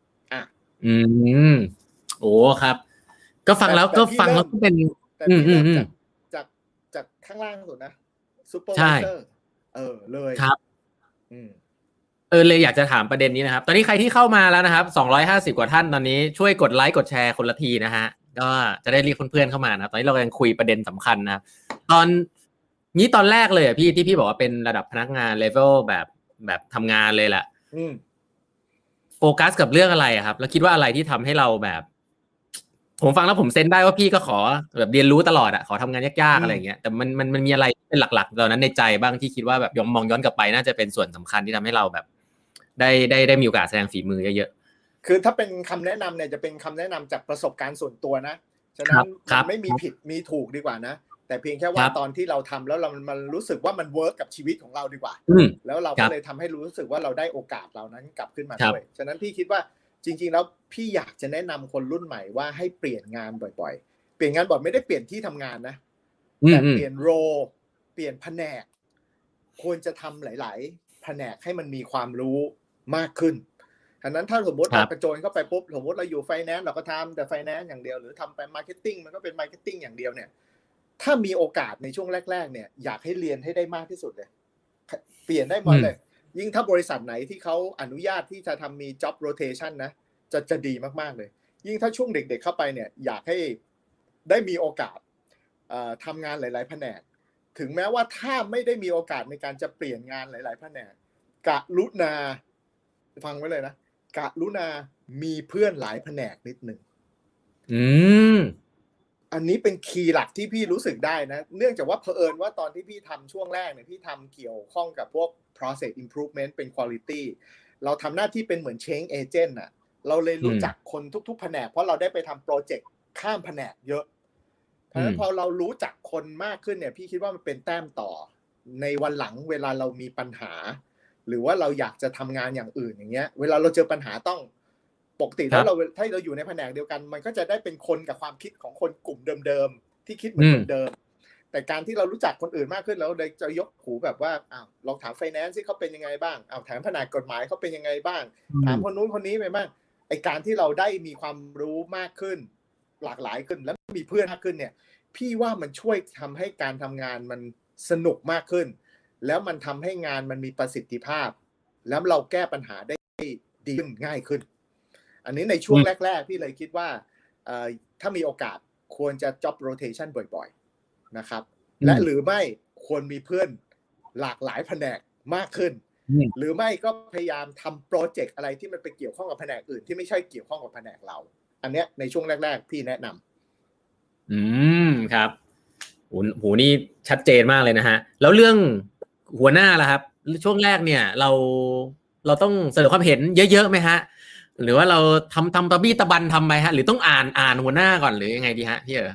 โอ้ครับก็ฟังแล้วก็เป็นแต่พี่เริ่มจากข้างล่างสุดนะซูเปอร์วิเซอร์เลยครับเลยอยากจะถามประเด็นนี้นะครับตอนนี้ใครที่เข้ามาแล้วนะครับ250กว่าท่านตอนนี้ช่วยกดไลค์กดแชร์คนละทีนะฮะก็จะได้เรียกเพื่อนๆเข้ามานะครับตอนนี้เรากำลังคุยประเด็นสำคัญนะครับตอนแรกเลยพี่ที่พี่บอกว่าเป็นระดับพนักงานเลเวลแบบทำงานเลยแหละโฟกัสกับเรื่องอะไรครับแล้วคิดว่าอะไรที่ทำให้เราแบบผมฟังแล้วผมเซนได้ว่าพี่ก็ขอแบบเรียนรู้ตลอดขอทำงานยากๆอะไรอย่างเงี้ยแต่มันมีอะไรเป็นหลักๆตอนนั้นในใจบ้างที่คิดว่าแบบมองย้อนกลับไปน่าจะเป็นส่วนสำคัญที่ทำให้เราแบบได้มีโอกาสแสดงฝีมือเยอะๆคือถ้าเป็นคำแนะนำเนี่ยจะเป็นคำแนะนำจากประสบการณ์ส่วนตัวนะฉะนั้นไม่มีผิดมีถูกดีกว่านะแต่เพียงแค่ว่าตอนที่เราทำแล้วมันรู้สึกว่ามันเวิร์กกับชีวิตของเราดีกว่าแล้วเราก็เลยทำให้รู้สึกว่าเราได้โอกาสเหล่านั้นกลับขึ้นมาด้วยฉะนั้นพี่คิดว่าจริงๆแล้วพี่อยากจะแนะนำคนรุ่นใหม่ว่าให้เปลี่ยนงานบ่อยๆเปลี่ยนงานบ่อยไม่ได้เปลี่ยนที่ทำงานนะแต่เปลี่ยนโรเปลี่ยนแผนกควรจะทำหลายๆแผนกให้มันมีความรู้มากขึ้นฉะนั้นถ้าสมมติเรากระโจนเข้าไปปุ๊บสมมติเราอยู่ไฟแนนซ์เราก็ทำแต่ไฟแนนซ์อย่างเดียวหรือทำไปมาร์เก็ตติ้งมันก็เป็นมาร์เก็ตติ้งอย่างเดียวเนี่ยถ้ามีโอกาสในช่วงแรกๆเนี่ยอยากให้เรียนให้ได้มากที่สุดเลยเปลี่ยนได้หมดเลยยิ่งถ้าบริษัทไหนที่เขาอนุญาตที่จะทำมี job rotation นะจะดีมากๆเลยยิ่งถ้าช่วงเด็กๆเข้าไปเนี่ยอยากให้ได้มีโอกาสทำงานหลายๆแผนกถึงแม้ว่าถ้าไม่ได้มีโอกาสในการจะเปลี่ยนงานหลายๆแผนกกรุณาฟังไว้เลยนะกรุณามีเพื่อนหลายแผนกนิดนึงอันนี้เป็นคีย์หลักที่พี่รู้สึกได้นะเนื่องจากว่าเผอิญว่าตอนที่พี่ทำช่วงแรกเนี่ยพี่ทำเกี่ยวข้องกับพวก process improvement เป็น quality เราทำหน้าที่เป็นเหมือน change agent เราเลยรู้จักคนทุกๆแผนกเพราะเราได้ไปทำโปรเจกต์ข้ามแผนกเยอะเพราะฉะนั้นพอเรารู้จักคนมากขึ้นเนี่ยพี่คิดว่ามันเป็นแต้มต่อในวันหลังเวลาเรามีปัญหาหรือว่าเราอยากจะทำงานอย่างอื่นอย่างเงี้ยเวลาเราเจอปัญหาต้องปกติถ้าเราอยู่ในแผนกเดียวกันมันก็จะได้เป็นคนกับความคิดของคนกลุ่มเดิมๆที่คิดเหมือนคนเดิมแต่การที่เรารู้จักคนอื่นมากขึ้นแล้วเลยจะยกหูแบบว่าลองถามไฟแนนซ์ซิเขาเป็นยังไงบ้างถามแผนกกฎหมายเขาเป็นยังไงบ้างถามคนนู้นคนนี้ไปบ้างไอการที่เราได้มีความรู้มากขึ้นหลากหลายขึ้นแล้วมีเพื่อนมากขึ้นเนี่ยพี่ว่ามันช่วยทำให้การทำงานมันสนุกมากขึ้นแล้วมันทำให้งานมันมีประสิทธิภาพแล้วเราแก้ปัญหาได้ดีขึ้นง่ายขึ้นอันนี้ในช่วงแรกๆพี่เลยคิดว่าถ้ามีโอกาสควรจะ job rotation บ่อยๆนะครับและหรือไม่ควรมีเพื่อนหลากหลายแผนกมากขึ้นหรือไม่ก็พยายามทำโปรเจกต์อะไรที่มันไปเกี่ยวข้องกับแผนกอื่นที่ไม่ใช่เกี่ยวข้องกับแผนกเราอันเนี้ยในช่วงแรกๆพี่แนะนำครับโหนี่ชัดเจนมากเลยนะฮะแล้วเรื่องหัวหน้าล่ะครับช่วงแรกเนี่ยเราต้องเสนอความเห็นเยอะๆไหมฮะหรือว่าเราทำตะบี้ตะบันทำไปฮะหรือต้องอ่านหัวหน้าก่อนหรือยังไงดีฮะพี่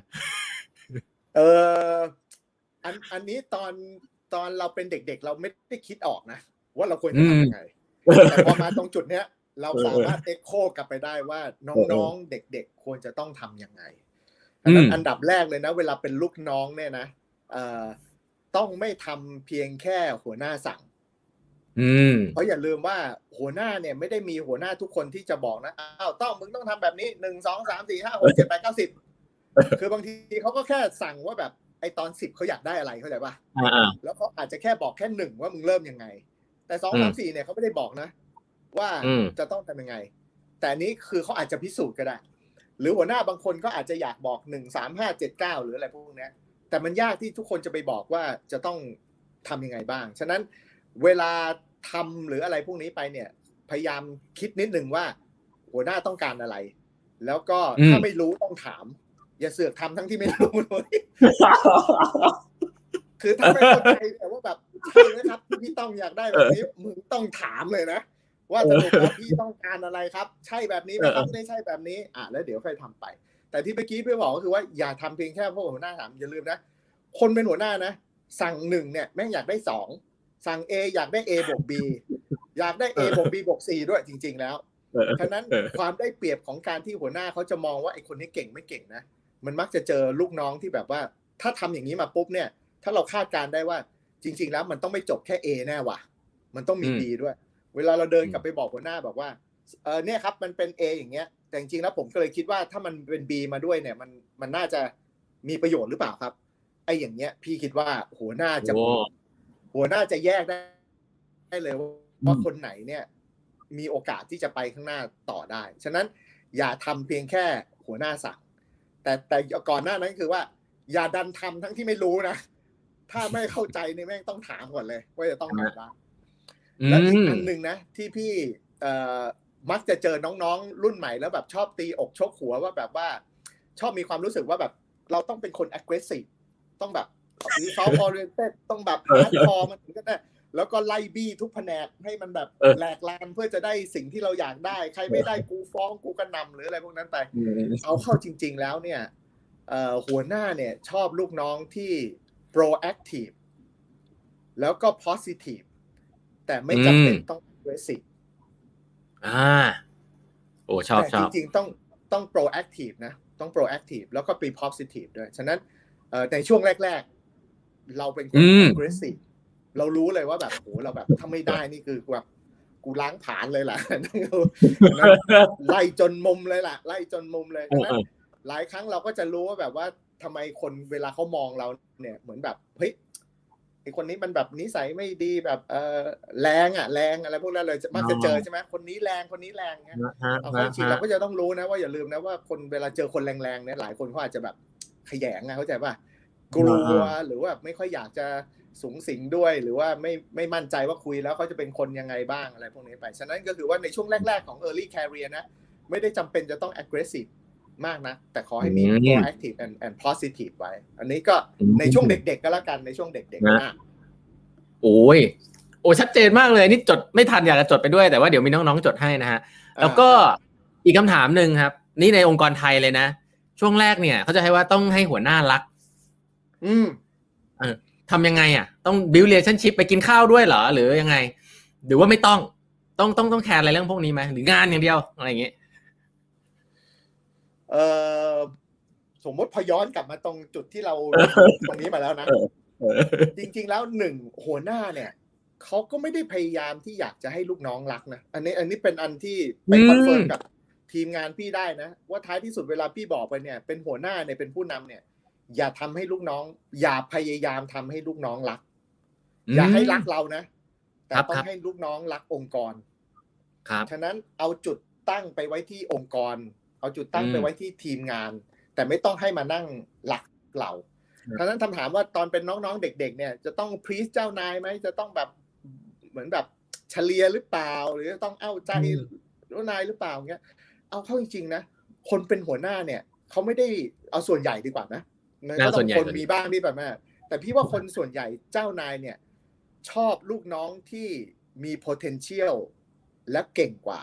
อันนี้ตอนเราเป็นเด็กๆเราไม่ได้คิดออกนะว่าเราควรจะทำยังไงแต่พอมาตรงจุดเนี้ยเราสามารถเอ็กโคกลับไปได้ว่าน้องๆเด็กๆควรจะต้องทำยังไงอันดับแรกเลยนะเวลาเป็นลูกน้องเนี่ยนะต้องไม่ทำเพียงแค่หัวหน้าสั่งเพราะอย่าลืมว่าหัวหน้าเนี่ยไม่ได้มีหัวหน้าทุกคนที่จะบอกนะมึงต้องทำแบบนี้1 2 3 4 5 6 7 8 9 10คือบางทีเขาก็แค่สั่งว่าแบบไอตอน10เขาอยากได้อะไรเข้าใจป่ะแล้วเขาอาจจะแค่บอกแค่1ว่ามึงเริ่มยังไงแต่2 3 4เนี่ยเขาไม่ได้บอกนะว่าจะต้องทำยังไงแต่นี้คือเขาอาจจะพิสูจน์ก็ได้หรือหัวหน้าบางคนก็อาจจะอยากบอก1 3 5 7 9หรืออะไรพวกนี้แต่มันยากที่ทุกคนจะไปบอกว่าจะต้องทำยังไงบ้างฉะนั้นเวลาทำหรืออะไรพวกนี้ไปเนี่ยพยายามคิดนิดนึงว่าหัวหน้าต้องการอะไรแล้วก็ถ้าไม่รู้ต้องถามอย่าเสือกทำทั้งที่ไม่รู้เลยคือถ้าไม่เข้าใจแต่ว่าแบบใช่ไหมครับพี่ต้องอยากได้แบบนี้มึงต้องถามเลยนะว่าสรุปแล้วพี่ต้องการอะไรครับใช่แบบนี้ไหมครับไม่ใช่แบบนี้แล้วเดี๋ยวค่อยทำไปแต่ที่เมื่อกี้พี่บอกก็คือว่าอย่าทำเพียงแค่เพราะหัวหน้าถามอย่าลืมนะคนเป็นหัวหน้านะสั่ง1เนี่ยแม่งอยากได้2สั่ง A อยากได้ A บวก B อยากได้ A บวก B บวก C ด้วยจริงๆแล้วฉะนั้นความได้เปรียบของการที่หัวหน้าเขาจะมองว่าไอ้คนนี้เก่งไม่เก่งนะมันมักจะเจอลูกน้องที่แบบว่าถ้าทำอย่างนี้มาปุ๊บเนี่ยถ้าเราคาดการได้ว่าจริงๆแล้วมันต้องไม่จบแค่ A แน่ว่ะมันต้องมี B ด้วยเวลาเราเดินกลับไปบอกหัวหน้าบอกว่าเนี่ยครับมันเป็น A อย่างเงี้ยแต่จริงๆแล้วผมก็เลยคิดว่าถ้ามันเป็น B มาด้วยเนี่ยมันน่าจะมีประโยชน์หรือเปล่าครับไอ้อย่างเงี้ยพี่คิดว่าหัวหน้าจะแยกได้เลยว่าคนไหนเนี่ยมีโอกาสที่จะไปข้างหน้าต่อได้ฉะนั้นอย่าทำเพียงแค่หัวหน้าสั่งแต่ก่อนหน้านั้นคือว่าอย่าดันทำทั้งที่ไม่รู้นะถ้าไม่เข้าใจนี่แม่งต้องถามก่อนเลยว่าจะต้องทำบ้างแล้วอีกอันนึงนะที่พี่มักจะเจอน้องๆรุ่นใหม่แล้วแบบชอบตีอกชกหัวว่าแบบว่าชอบมีความรู้สึกว่าแบบเราต้องเป็นคน aggressive ต้องแบบsoft oriented ต้องแบบ hardcore มันถึงจะได้แล้วก็ไล่บี้ทุกแผนกให้มันแบบแหลกลานเพื่อจะได้สิ่งที่เราอยากได้ใครไม่ได้กูฟ้องกูกระนำหรืออะไรพวกนั้นไปเอาเข้าจริงๆแล้วเนี่ยหัวหน้าเนี่ยชอบลูกน้องที่ proactive แล้วก็ positive แต่ไม่จำเป็นต้อง aggressive ชอบแต่จริงๆต้อง proactive นะต้อง proactive แล้วก็เป็น positive ด้วยฉะนั้นในช่วงแรกๆเราเป็นคน aggressive เรารู้เลยว่าแบบโหเราแบบถ้าไม่ได้นี่คือแบบกูล้างผลาญเลยล่ะไล่จนมุมเลยล่ะไล่จนมุมเลยฉะนั้นหลายครั้งเราก็จะรู้ว่าแบบว่าทำไมคนเวลาเขามองเราเนี่ยเหมือนแบบเฮ้ยไอคนนี้มันแบบนิสัยไม่ดีแบบแรงอะไรพวกนั้นเลยมักจะเจอใช่ไหมคนนี้แรงเงี้ยเอาจริงเราก็จะต้องรู้นะว่าอย่าลืมนะว่าคนเวลาเจอคนแรงๆเนี่ยหลายคนเขาอาจจะแบบขยงเข้าใจป่ะกลัวหรือว่าไม่ค่อยอยากจะสูงสิงด้วยหรือว่าไม่มั่นใจว่าคุยแล้วเขาจะเป็นคนยังไงบ้างอะไรพวกนี้ไปฉะนั้นก็คือว่าในช่วงแรกๆของ early career นะไม่ได้จำเป็นจะต้อง aggressive มากนะแต่ขอให้มี proactive and positive ไว้อันนี้ก็ในช่วงเด็กๆก็แล้วกันในช่วงเด็กๆนะโอ้ชัดเจนมากเลยนี่จดไม่ทันอยากจะจดไปด้วยแต่ว่าเดี๋ยวมีน้องๆจดให้นะฮะแล้วก็อีกคำถามนึงครับนี่ในองค์กรไทยเลยนะช่วงแรกเนี่ยเขาจะให้ว่าต้องให้หัวหน้ารักทำยังไงต้อง build relationship ไปกินข้าวด้วยเหรอหรือยังไงหรือว่าไม่ต้องแคร์อะไรเรื่องพวกนี้ไหมหรืองานอย่างเดียวอะไรอย่างเงี้ยสมมติพอย้อนกลับมาตรงจุดที่เราตรงนี้มาแล้วนะจริงๆแล้ว1หัวหน้าเนี่ยเขาก็ไม่ได้พยายามที่อยากจะให้ลูกน้องรักนะอันนี้เป็นอันที่ไปคอนเฟิร์มกับทีมงานพี่ได้นะว่าท้ายที่สุดเวลาพี่บอกไปเนี่ยเป็นหัวหน้าเนี่ยเป็นผู้นำเนี่ยอย่าทำให้ลูกน้องอย่าพยายามทำให้ลูกน้องรักอย่าให้รักเรานะแต่ต้องให้ลูกน้องรักองค์กรฉะนั้นเอาจุดตั้งไปไว้ที่องค์กรเอาจุดตั้งไปไว้ที่ทีมงานแต่ไม่ต้องให้มานั่งรักเราฉะนั้นคำถามว่าตอนเป็นน้องๆเด็กๆเนี่ยจะต้องพรีสเจ้านายไหมจะต้องแบบเหมือนแบบเฉลียหรือเปล่าหรือต้องเอาใจเจ้านายหรือเปล่าเงี้ยเอาเข้าจริงๆนะคนเป็นหัวหน้าเนี่ยเขาไม่ได้เอาส่วนใหญ่ดีกว่านะก็ต้องคนมีบ้างที่แบบนั้นแต่พี่ว่าคนส่วนใหญ่เจ้านายเนี่ยชอบลูกน้องที่มี potential และเก่งกว่า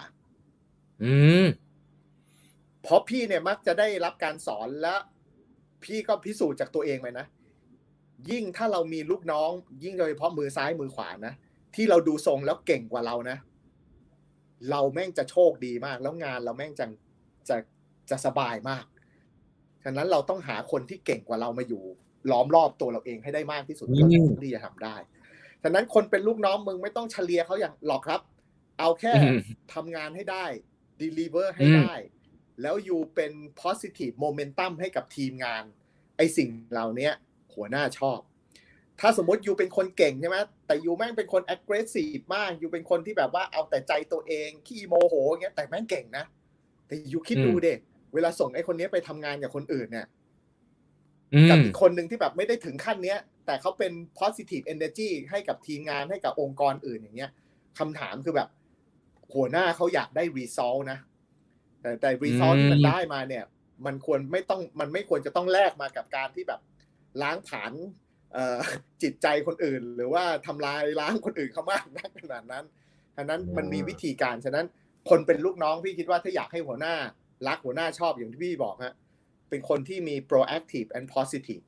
เพราะพี่เนี่ยมักจะได้รับการสอนและพี่ก็พิสูจน์จากตัวเองไปนะยิ่งถ้าเรามีลูกน้องยิ่งโดยเฉพาะมือซ้ายมือขวานะที่เราดูทรงแล้วเก่งกว่าเรานะเราแม่งจะโชคดีมากแล้วงานเราแม่งจะสบายมากฉะนั้นเราต้องหาคนที่เก่งกว่าเรามาอยู่ล้อมรอบตัวเราเองให้ได้มากที่สุดที่จะทำได้ฉะนั้นคนเป็นลูกน้องมึงไม่ต้องเฉลียเขาอย่างหรอกครับเอาแค่ทำงานให้ได้ deliver ให้ได้แล้วอยู่เป็น positive momentum ให้กับทีมงานไอ้สิ่งเหล่านี้หัวหน้าชอบถ้าสมมติอยู่เป็นคนเก่งใช่ไหมแต่อยู่แม่งเป็นคน aggressive มากอยู่เป็นคนที่แบบว่าเอาแต่ใจตัวเองขี้โมโหอย่างเงี้ยแต่แม่งเก่งนะแต่อยู่คิดดูเด็กเวลาส่งไอ้คนนี้ไปทำงานกับคนอื่นเนี่ยกับอีกคนหนึ่งที่แบบไม่ได้ถึงขั้นเนี้ยแต่เขาเป็น positive energy ให้กับทีมงานให้กับองค์กรอื่นอย่างเงี้ยคำถามคือแบบหัวหน้าเขาอยากได้ result นะแต่ result ที่มันได้มาเนี่ยมันไม่ควรจะต้องแลกมากับการที่แบบล้างผลาญจิตใจคนอื่นหรือว่าทำลายล้างคนอื่นเขามากนักขนาดนั้นฉะนั้นมันมีวิธีการฉะนั้นคนเป็นลูกน้องพี่คิดว่าถ้าอยากให้หัวหน้ารักหัวหน้าชอบอย่างที่พี่บอกฮะเป็นคนที่มี proactive and positive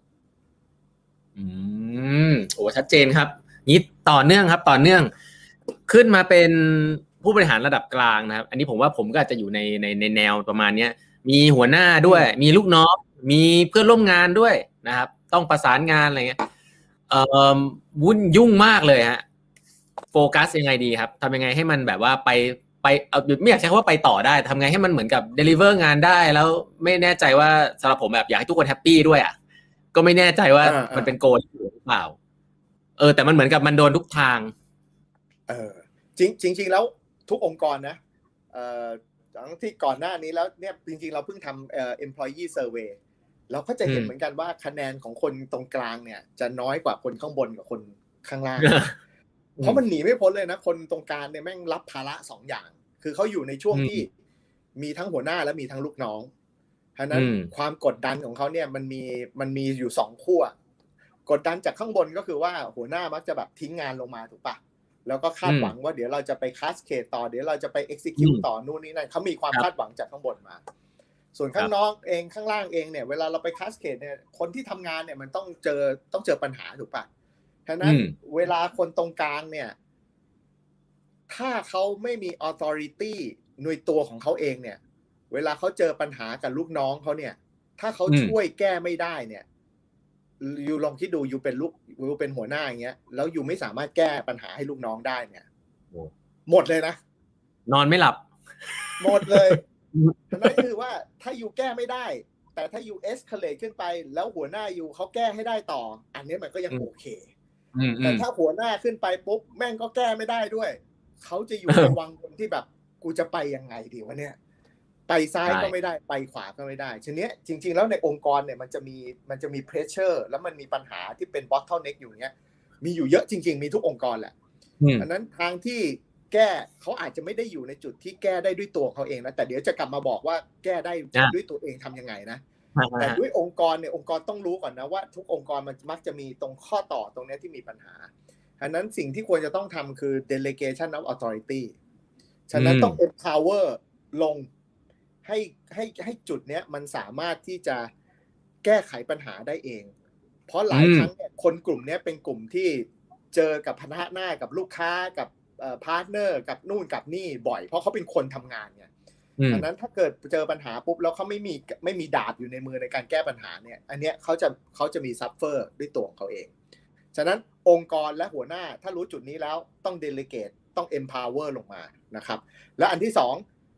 โอ้ชัดเจนครับนี้ต่อเนื่องครับต่อเนื่องขึ้นมาเป็นผู้บริหารระดับกลางนะครับอันนี้ผมว่าผมก็อาจจะอยู่ในแนวประมาณนี้มีหัวหน้าด้วยมีลูกน้องมีเพื่อนร่วมงานด้วยนะครับต้องประสานงานอะไรเงี้ยวุ่นยุ่งมากเลยฮะโฟกัสยังไงดีครับทำยังไงให้มันแบบว่าไปเอาไม่อยากใช้คำว่าไปต่อได้ทำไงให้มันเหมือนกับ deliver งานได้แล้วไม่แน่ใจว่าสำหรับผมแบบอยากให้ทุกคนแฮปปี้ด้วยอ่ะก็ไม่แน่ใจว่ามันเป็นโกลหรือเปล่าแต่มันเหมือนกับมันโดนทุกทางจริงแล้วทุกองค์กรนะที่ก่อนหน้านี้แล้วเนี่ยจริงๆเราเพิ่งทำemployee survey เราก็จะเห็นเหมือนกันว่าคะแนนของคนตรงกลางเนี่ยจะน้อยกว่าคนข้างบนกับคนข้างล่างเพราะมันหนีไม่พ้นเลยนะคนตรงกลางเนี่ยแม่งรับภาระ2อย่างคือเขาอยู่ในช่วงที่มีทั้งหัวหน้าและมีทั้งลูกน้องฉะนั้นความกดดันของเขาเนี่ยมันมีอยู่2ขั้วกดดันจากข้างบนก็คือว่าหัวหน้ามักจะแบบทิ้งงานลงมาถูกปะแล้วก็คาดหวังว่าเดี๋ยวเราจะไปคาสเคดต่อเดี๋ยวเราจะไป execute ต่อนู่นนี่นั่นเขามีความคาดหวังจากข้างบนมาส่วนข้างนอกเองข้างล่างเองเนี่ยเวลาเราไปคาสเคดเนี่ยคนที่ทำงานเนี่ยมันต้องเจอปัญหาถูกปะฉะนั้นเวลาคนตรงกลางเนี่ยถ้าเขาไม่มี authority หน่วยตัวของเขาเองเนี่ยเวลาเขาเจอปัญหากับลูกน้องเขาเนี่ยถ้าเขาช่วยแก้ไม่ได้เนี่ยยูลองคิดดูยูเป็นหัวหน้าอย่างเงี้ยแล้วยูไม่สามารถแก้ปัญหาให้ลูกน้องได้เนี่ยหมดเลยนะนอนไม่หลับหมดเลยนั่นคือว่าถ้ายูแก้ไม่ได้แต่ถ้ายู escalate ขึ้นไปแล้วหัวหน้ายูเขาแก้ให้ได้ต่ออันนี้มันก็ยังโอเคแต่ถ้าหัวหน้าขึ้นไปปุ๊บแม่งก็แก้ไม่ได้ด้วยเขาจะอยู่ในวังวนที่แบบกูจะไปยังไงดีวะเนี่ยไปซ้ายก็ไม่ได้ไปขวาก็ไม่ได้ทีนี้จริงๆแล้วในองค์กรเนี่ยมันจะมี pressure แล้วมันมีปัญหาที่เป็น bottleneck อยู่เนี้ยมีอยู่เยอะจริงๆมีทุกองค์กรแหละอันนั้นทางที่แก้เขาอาจจะไม่ได้อยู่ในจุดที่แก้ได้ด้วยตัวเขาเองนะแต่เดี๋ยวจะกลับมาบอกว่าแก้ได้ด้วยตัวเองทำยังไงนะแต่ด้วยองค์กรเนี่ยองค์กรต้องรู้ก่อนนะว่าทุกองค์กรมันมักจะมีตรงข้อต่อตรงนี้ที่มีปัญหาอันนั้นสิ่งที่ควรจะต้องทำคือ delegation of authority ฉะนั้นต้อง empower ลงให้จุดเนี้ยมันสามารถที่จะแก้ไขปัญหาได้เองเพราะหลายครั้งเนี่ยคนกลุ่มนี้เป็นกลุ่มที่เจอกับพนักหน้ากับลูกค้ากับพาร์ทเนอร์กับนู่นกับนี่บ่อยเพราะเขาเป็นคนทำงานเนี่ยดังนั้นถ้าเกิดเจอปัญหาปุ๊บแล้วเขาไม่มีดาบอยู่ในมือในการแก้ปัญหาเนี่ยอันเนี้ยเขาจะมีซัฟเฟอร์ด้วยตัวของเขาเองฉะนั้นองค์กรและหัวหน้าถ้ารู้จุดนี้แล้วต้อง delegate ต้อง empower ลงมานะครับและอันที่2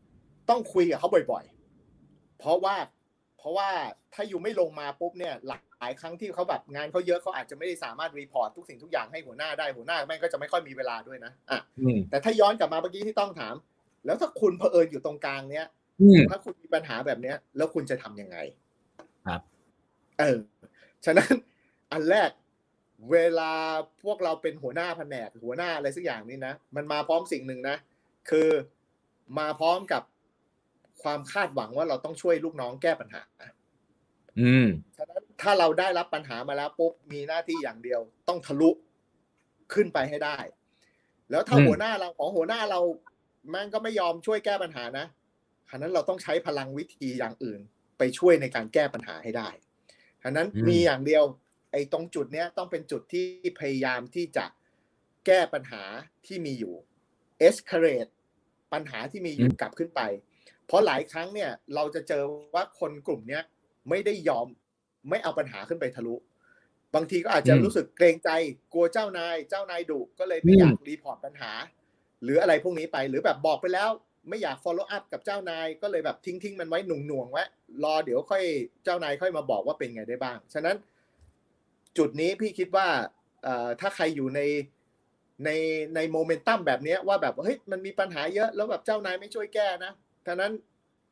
ต้องคุยกับเขาบ่อยๆเพราะว่าถ้าอยู่ไม่ลงมาปุ๊บเนี่ยหลายครั้งที่เขาแบบงานเขาเยอะเขาอาจจะไม่ได้สามารถรีพอร์ตทุกสิ่งทุกอย่างให้หัวหน้าได้หัวหน้าแม่งก็จะไม่ค่อยมีเวลาด้วยนะแต่ถ้าย้อนกลับมาเมื่อกี้ที่ต้องถามแล้วถ้าคุณเผอิญอยู่ตรงกลางเนี้ยถ้าคุณมีปัญหาแบบเนี้ยแล้วคุณจะทำยังไงครับฉะนั้นอันแรกเวลาพวกเราเป็นหัวหน้าแผนกหัวหน้าอะไรสักอย่างนี้นะมันมาพร้อมสิ่งหนึ่งนะคือมาพร้อมกับความคาดหวังว่าเราต้องช่วยลูกน้องแก้ปัญหาฉะนั้นถ้าเราได้รับปัญหามาแล้วปุ๊บมีหน้าที่อย่างเดียวต้องทะลุขึ้นไปให้ได้แล้วถ้าหัวหน้าเราแม่งก็ไม่ยอมช่วยแก้ปัญหานะฉะนั้นเราต้องใช้พลังวิธีอย่างอื่นไปช่วยในการแก้ปัญหาให้ได้ฉะนั้นมีอย่างเดียวไอ้ตรงจุดเนี้ยต้องเป็นจุดที่พยายามที่จะแก้ปัญหาที่มีอยู่ escalate ปัญหาที่มีอยู่กลับขึ้นไปเพราะหลายครั้งเนี่ยเราจะเจอว่าคนกลุ่มเนี้ยไม่ได้ยอมไม่เอาปัญหาขึ้นไปทะลุบางทีก็อาจจะรู้สึกเกรงใจกลัวเจ้านายดุก็เลยไม่อยากรีพอร์ตปัญหาหรืออะไรพวกนี้ไปหรือแบบบอกไปแล้วไม่อยาก follow up กับเจ้านายก็เลยแบบทิ้งมันไว้หน่วงไว้รอเดี๋ยวค่อยเจ้านายค่อยมาบอกว่าเป็นไงได้บ้างฉะนั้นจุดนี้พี่คิดว่าถ้าใครอยู่ในโมเมนตัมแบบนี้ว่าแบบเฮ้ยมันมีปัญหาเยอะแล้วแบบเจ้านายไม่ช่วยแก้นะฉะนั้น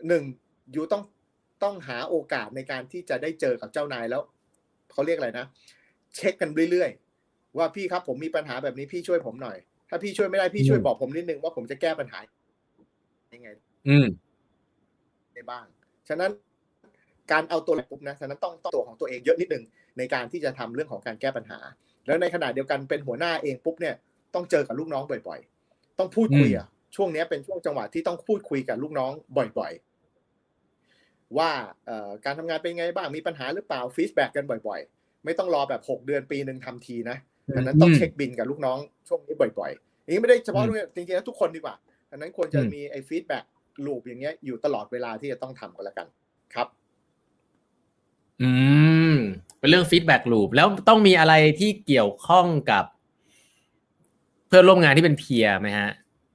1อยู่ต้องหาโอกาสในการที่จะได้เจอกับเจ้านายแล้วเขาเรียกอะไรนะเช็คกันเรื่อยๆว่าพี่ครับผมมีปัญหาแบบนี้พี่ช่วยผมหน่อยถ้าพี่ช่วยไม่ได้พี่ช่วยบอกผมนิดนึงว่าผมจะแก้ปัญหายังไงได้บ้างฉะนั้นการเอาตัวปุ๊บนะฉะนั้นต้องตัวของตัวเองเยอะนิดนึงในการที่จะทำเรื่องของการแก้ปัญหาแล้วในขณะเดียวกันเป็นหัวหน้าเองปุ๊บเนี่ยต้องเจอกับลูกน้องบ่อยๆต้องพูดคุยช่วงนี้เป็นช่วงจังหวะที่ต้องพูดคุยกับลูกน้องบ่อยๆว่าการทำงานเป็นไงบ้างมีปัญหาหรือเปล่าฟีดแบ็กกันบ่อยๆไม่ต้องรอแบบ6เดือนปีนึงทำทีนะฉะนั้นต้องเช็คบินกับลูกน้องช่วงนี้บ่อยๆอย่างนี้ไม่ได้เฉพาะจริงๆแล้วทุกคนดีกว่าฉะนั้นควรจะมีไอ้ฟีดแบ็กลูปอย่างเงี้ยอยู่ตลอดเวลาที่จะต้องทำกันแล้วกันครับเป็นเรื่องฟีดแบ็กลูปแล้วต้องมีอะไรที่เกี่ยวข้องกับเพื่อนร่วมงานที่เป็นเพียร์ไหมฮะ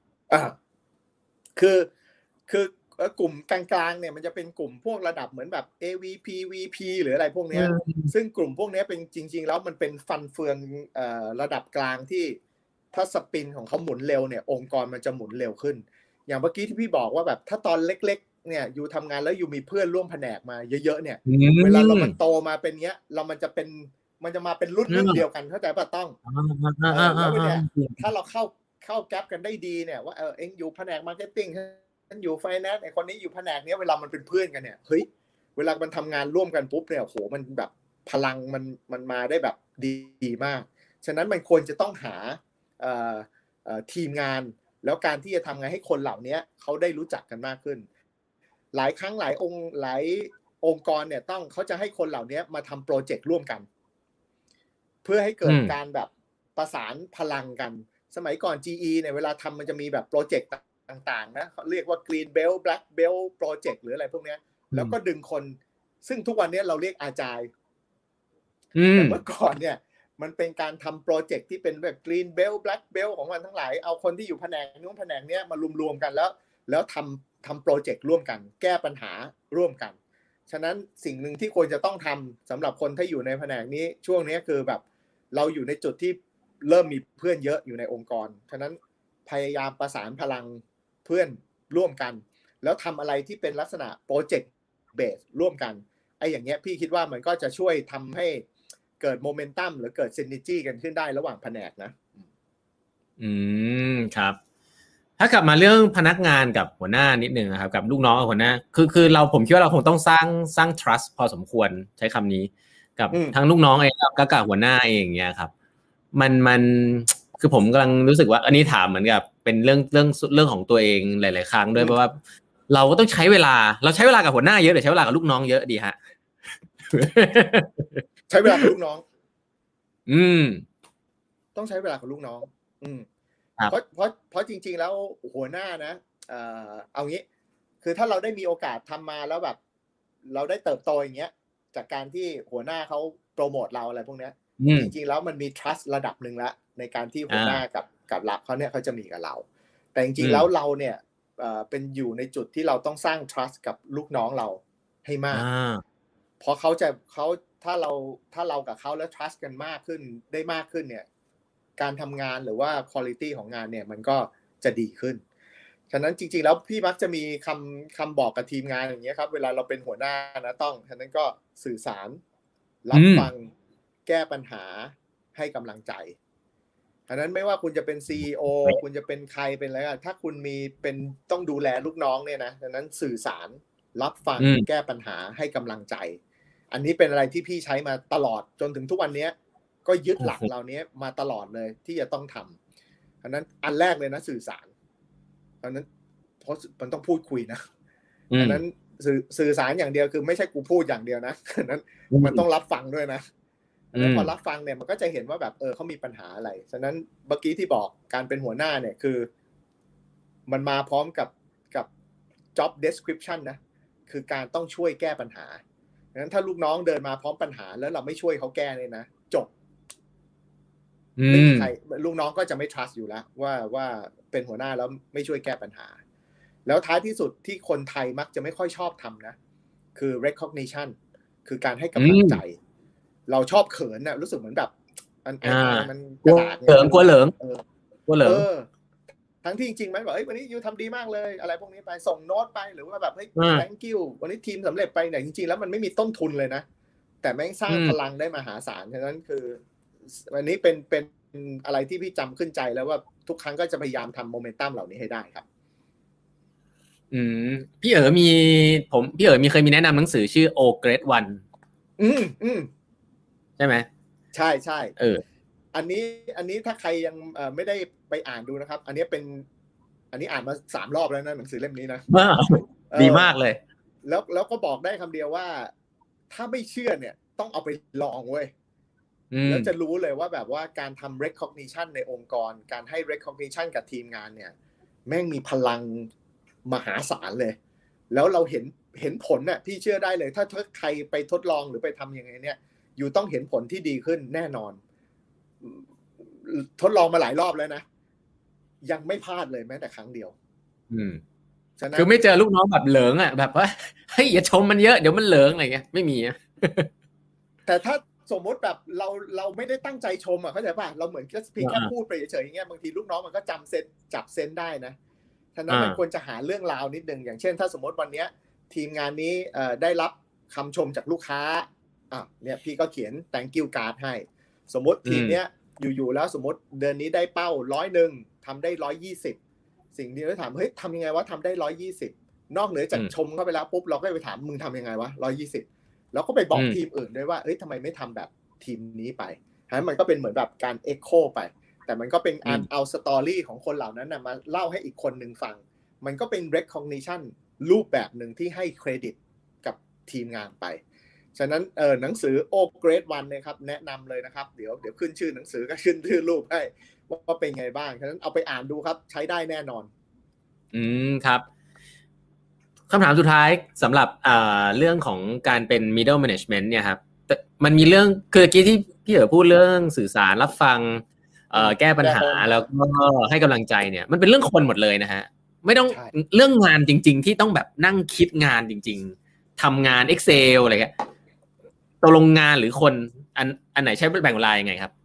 คือกลุ่มกลางๆเนี่ยมันจะเป็นกลุ่มพวกระดับเหมือนแบบ AVP VP หรืออะไรพวกนี้ซึ่งกลุ่มพวกนี้เป็นจริงๆแล้วมันเป็นฟันเฟืองระดับกลางที่ถ้าสปินของเขาหมุนเร็วเนี่ยองค์กรมันจะหมุนเร็วขึ้นอย่างเมื่อกี้ที่พี่บอกว่าแบบถ้าตอนเล็กๆเนี่ยอยู่ทำงานแล้วอยู่มีเพื่อนร่วมแผนกมาเยอะๆเนี่ยเวลาเรามันโตมาเป็นเงี้ยมันจะมาเป็นรุ่นเดียวกันเข้าใจป่ะต้องแล้วเนี่ยถ้าเราเข้าแก๊ปกันได้ดีเนี่ยว่าเอ็งอยู่แผนกมาร์เก็ตติ้งฉันอยู่ไฟแนนซ์ไอ้คนนี้อยู่แผนกนี้เวลามันเป็นเพื่อนกันเนี่ยเฮ้ยเวลามันทำงานร่วมกันปุ๊บเนี่ยโหมันแบบพลังมันมาได้แบบดีมากฉะนั้นมันควรจะต้องหาทีมงานแล้วการที่จะทำไงให้คนเหล่านี้เขาได้รู้จักกันมากขึ้นหลายครั้งหลายองค์กรเนี่ยเขาจะให้คนเหล่านี้มาทำโปรเจกต์ร่วมกันเพื่อให้เกิดการแบบประสานพลังกันสมัยก่อน GE เนี่ยเวลาทำมันจะมีแบบโปรเจกต์ต่างๆนะเขาเรียกว่า Green Belt Black Belt Project หรืออะไรพวกนี้แล้วก็ดึงคนซึ่งทุกวันนี้เราเรียกอาจายแต่เมื่อก่อนเนี่ยมันเป็นการทำโปรเจกต์ที่เป็นแบบ Green Belt Black Belt ของมันทั้งหลายเอาคนที่อยู่แผนกนู้นแผนกนี้มารวมๆกันแล้วทำโปรเจกต์ร่วมกันแก้ปัญหาร่วมกันฉะนั้นสิ่งหนึ่งที่ควรจะต้องทำสำหรับคนที่อยู่ในแผนกนี้ช่วงนี้คือแบบเราอยู่ในจุดที่เริ่มมีเพื่อนเยอะอยู่ในองค์กรฉะนั้นพยายามประสานพลังเพื่อนร่วมกันแล้วทำอะไรที่เป็นลักษณะโปรเจกต์เบสร่วมกันไอ้อย่างเงี้ยพี่คิดว่ามันก็จะช่วยทำให้เกิดโมเมนตัมหรือเกิดซินเนจี้กันขึ้นได้ระหว่างแผนกนะครับถ้ากลับมาเรื่องพนักงานกับหัวหน้านิดนึงนะครับกับลูกน้องกับหัวหน้าคือผมคิดว่าเราคงต้องสร้าง trust พอสมควรใช้คำนี้กับทั้งลูกน้องเองกับหัวหน้าเองเงี้ยครับมันคือผมกำลังรู้สึกว่าอันนี้ถามเหมือนกับเป็นเรื่องของตัวเองหลายๆครั้งด้วยเพราะว่าเราก็ต้องใช้เวลาเราใช้เวลากับหัวหน้าเยอะหรือใช้เวลากับลูกน้องเยอะดีฮะใช้เวลากับลูกน้องต้องใช้เวลากับลูกน้องเพราะจริงๆแล้วหัวหน้านะเอางี้คือถ้าเราได้มีโอกาสทำมาแล้วแบบเราได้เติบโตอย่างเงี้ยจากการที่หัวหน้าเขาโปรโมทเราอะไรพวกเนี้ยจริงๆแล้วมันมี trust ระดับหนึ่งแล้วในการที่หัวหน้ากับรับเขาเนี่ยเขาจะมีกับเราแต่จริงๆแล้วเราเนี่ยเป็นอยู่ในจุดที่เราต้องสร้าง trust กับลูกน้องเราให้มากเพราะถ้าเรากับเขาแล้ว trust กันมากขึ้นได้มากขึ้นเนี่ยการทำงานหรือว่า quality ของงานเนี่ยมันก็จะดีขึ้นฉะนั้นจริงๆแล้วพี่มักจะมีคำบอกกับทีมงานอย่างเงี้ยครับเวลาเราเป็นหัวหน้านะฉะนั้นก็สื่อสารรับฟังแก้ปัญหาให้กำลังใจฉะนั้นไม่ว่าคุณจะเป็น CEO คุณจะเป็นใครเป็นอะไรถ้าคุณมีเป็นต้องดูแลลูกน้องเนี่ยนะฉะนั้นสื่อสารรับฟังแก้ปัญหาให้กำลังใจอันนี้เป็นอะไรที่พี่ใช้มาตลอดจนถึงทุกวันนี้ก็ยึดหลักเหล่านี้มาตลอดเลยที่จะต้องทำฉะนั้นอันแรกเลยนะสื่อสารเพราะนั้นเพราะมันต้องพูดคุยนะฉะนั้นสื่อสารอย่างเดียวคือไม่ใช่กูพูดอย่างเดียวนะฉะนั้นมันต้องรับฟังด้วยนะแล้วพอรับฟังเนี่ยมันก็จะเห็นว่าแบบเขามีปัญหาอะไรฉะนั้นเมื่อกี้ที่บอกการเป็นหัวหน้าเนี่ยคือมันมาพร้อมกับ job description นะคือการต้องช่วยแก้ปัญหาฉะนั้นถ้าลูกน้องเดินมาพร้อมปัญหาแล้วเราไม่ช่วยเขาแก้เนี่ยนะจบไม่มีใครลูกน้องก็จะไม่ trust อยู่แล้วว่าเป็นหัวหน้าแล้วไม่ช่วยแก้ปัญหาแล้วท้ายที่สุดที่คนไทยมักจะไม่ค่อยชอบทำนะคือ recognition คือการให้กำลังใจเราชอบเขินน่ะรู้สึกเหมือนแบบมันกระดาษกลัวเหลิงทั้งที่จริงๆมันบอกวันนี้ยูทำดีมากเลยอะไรพวกนี้ไปส่งโน้ตไปหรือว่าแบบthank you วันนี้ทีมสำเร็จไปเนี่ยจริงๆแล้วมันไม่มีต้นทุนเลยนะแต่แม่งสร้างพลังได้มหาศาลฉะนั้นคือวันนี้เป็นอะไรที่พี่จำขึ้นใจแล้วว่าทุกครั้งก็จะพยายามทำโมเมนตัมเหล่านี้ให้ได้ครับพี่เอ๋มีเคยมีแนะนำหนังสือชื่อ O Grade One ใช่ไหมใช่อันนี้ถ้าใครยังไม่ได้ไปอ่านดูนะครับอันนี้อ่านมา3 รอบแล้วนะหนังสือเล่มนี้นะดีมากเลยแล้วก็บอกได้คำเดียวว่าถ้าไม่เชื่อเนี่ยต้องเอาไปลองเว้ยแล้วจะรู้เลยว่าแบบว่าการทำ recognition ในองค์กรการให้ recognition กับทีมงานเนี่ยแม่งมีพลังมหาศาลเลยแล้วเราเห็นผลน่ะพี่เชื่อได้เลยถ้าใครไปทดลองหรือไปทำยังไงเนี่ยอยู่ต้องเห็นผลที่ดีขึ้นแน่นอนทดลองมาหลายรอบแล้วนะยังไม่พลาดเลยแม้แต่ครั้งเดียวคือไม่เจอลูกน้องแบบเหลิงอ่ะแบบว่าเฮ้ยอย่าชมมันเยอะเดี๋ยวมันเหลิงอะไรเงี้ยไม่มีนะแต่ถ้าสมมติแบบเราไม่ได้ตั้งใจชมอ่ะเข้าใจป่ะเราเหมือนแค่พูดไปเฉยๆอย่างเงี้ยบางทีลูกน้องมันก็จับเซนได้นะฉะนั้นมันควรจะหาเรื่องราวนิดนึงอย่างเช่นถ้าสมมติวันนี้ทีมงานนี้ได้รับคำชมจากลูกค้าเนี่ยพี่ก็เขียน thank you card ให้สมมติทีมเนี้ยอยู่ๆแล้วสมมติเดือนนี้ได้เป้า100ทำได้120สิ่งที่เราถามเฮ้ยทำยังไงวะทำได้120นอกเหนือจากชมเข้าไปแล้วปุ๊บเราก็ไปถามมึงทำยังไงวะ120แล้วก็ไปบอกทีมอื่นด้วยว่าเอ้ยทำไมไม่ทำแบบทีมนี้ไปมันก็เป็นเหมือนแบบการ echo ไปแต่มันก็เป็นเอาสตอรี่ของคนเหล่านั้นมาเล่าให้อีกคนนึงฟังมันก็เป็น recognition รูปแบบหนึ่งที่ให้เครดิตกับทีมงานไปฉะนั้นหนังสือ O Grade One นะครับแนะนำเลยนะครับเดี๋ยวขึ้นชื่อหนังสือก็ขึ้นชื่อรูปให้ว่าเป็นไงบ้างฉะนั้นเอาไปอ่านดูครับใช้ได้แน่นอนครับคำถามสุดท้ายสำหรับเรื่องของการเป็น middle management เนี่ยครับมันมีเรื่องคือเมื่อกี้ที่พี่เอ๋พูดเรื่องสื่อสารรับฟังแก้ปัญหาแล้วก็ให้กำลังใจเนี่ยมันเป็นเรื่องคนหมดเลยนะฮะไม่ต้องเรื่องงานจริงๆที่ต้องแบบนั่งคิดงานจริงๆทำงาน Excel อะไรเงี้ยตกลงงานหรือคนอันไหนใช้แบ่งเวลายังไงครับ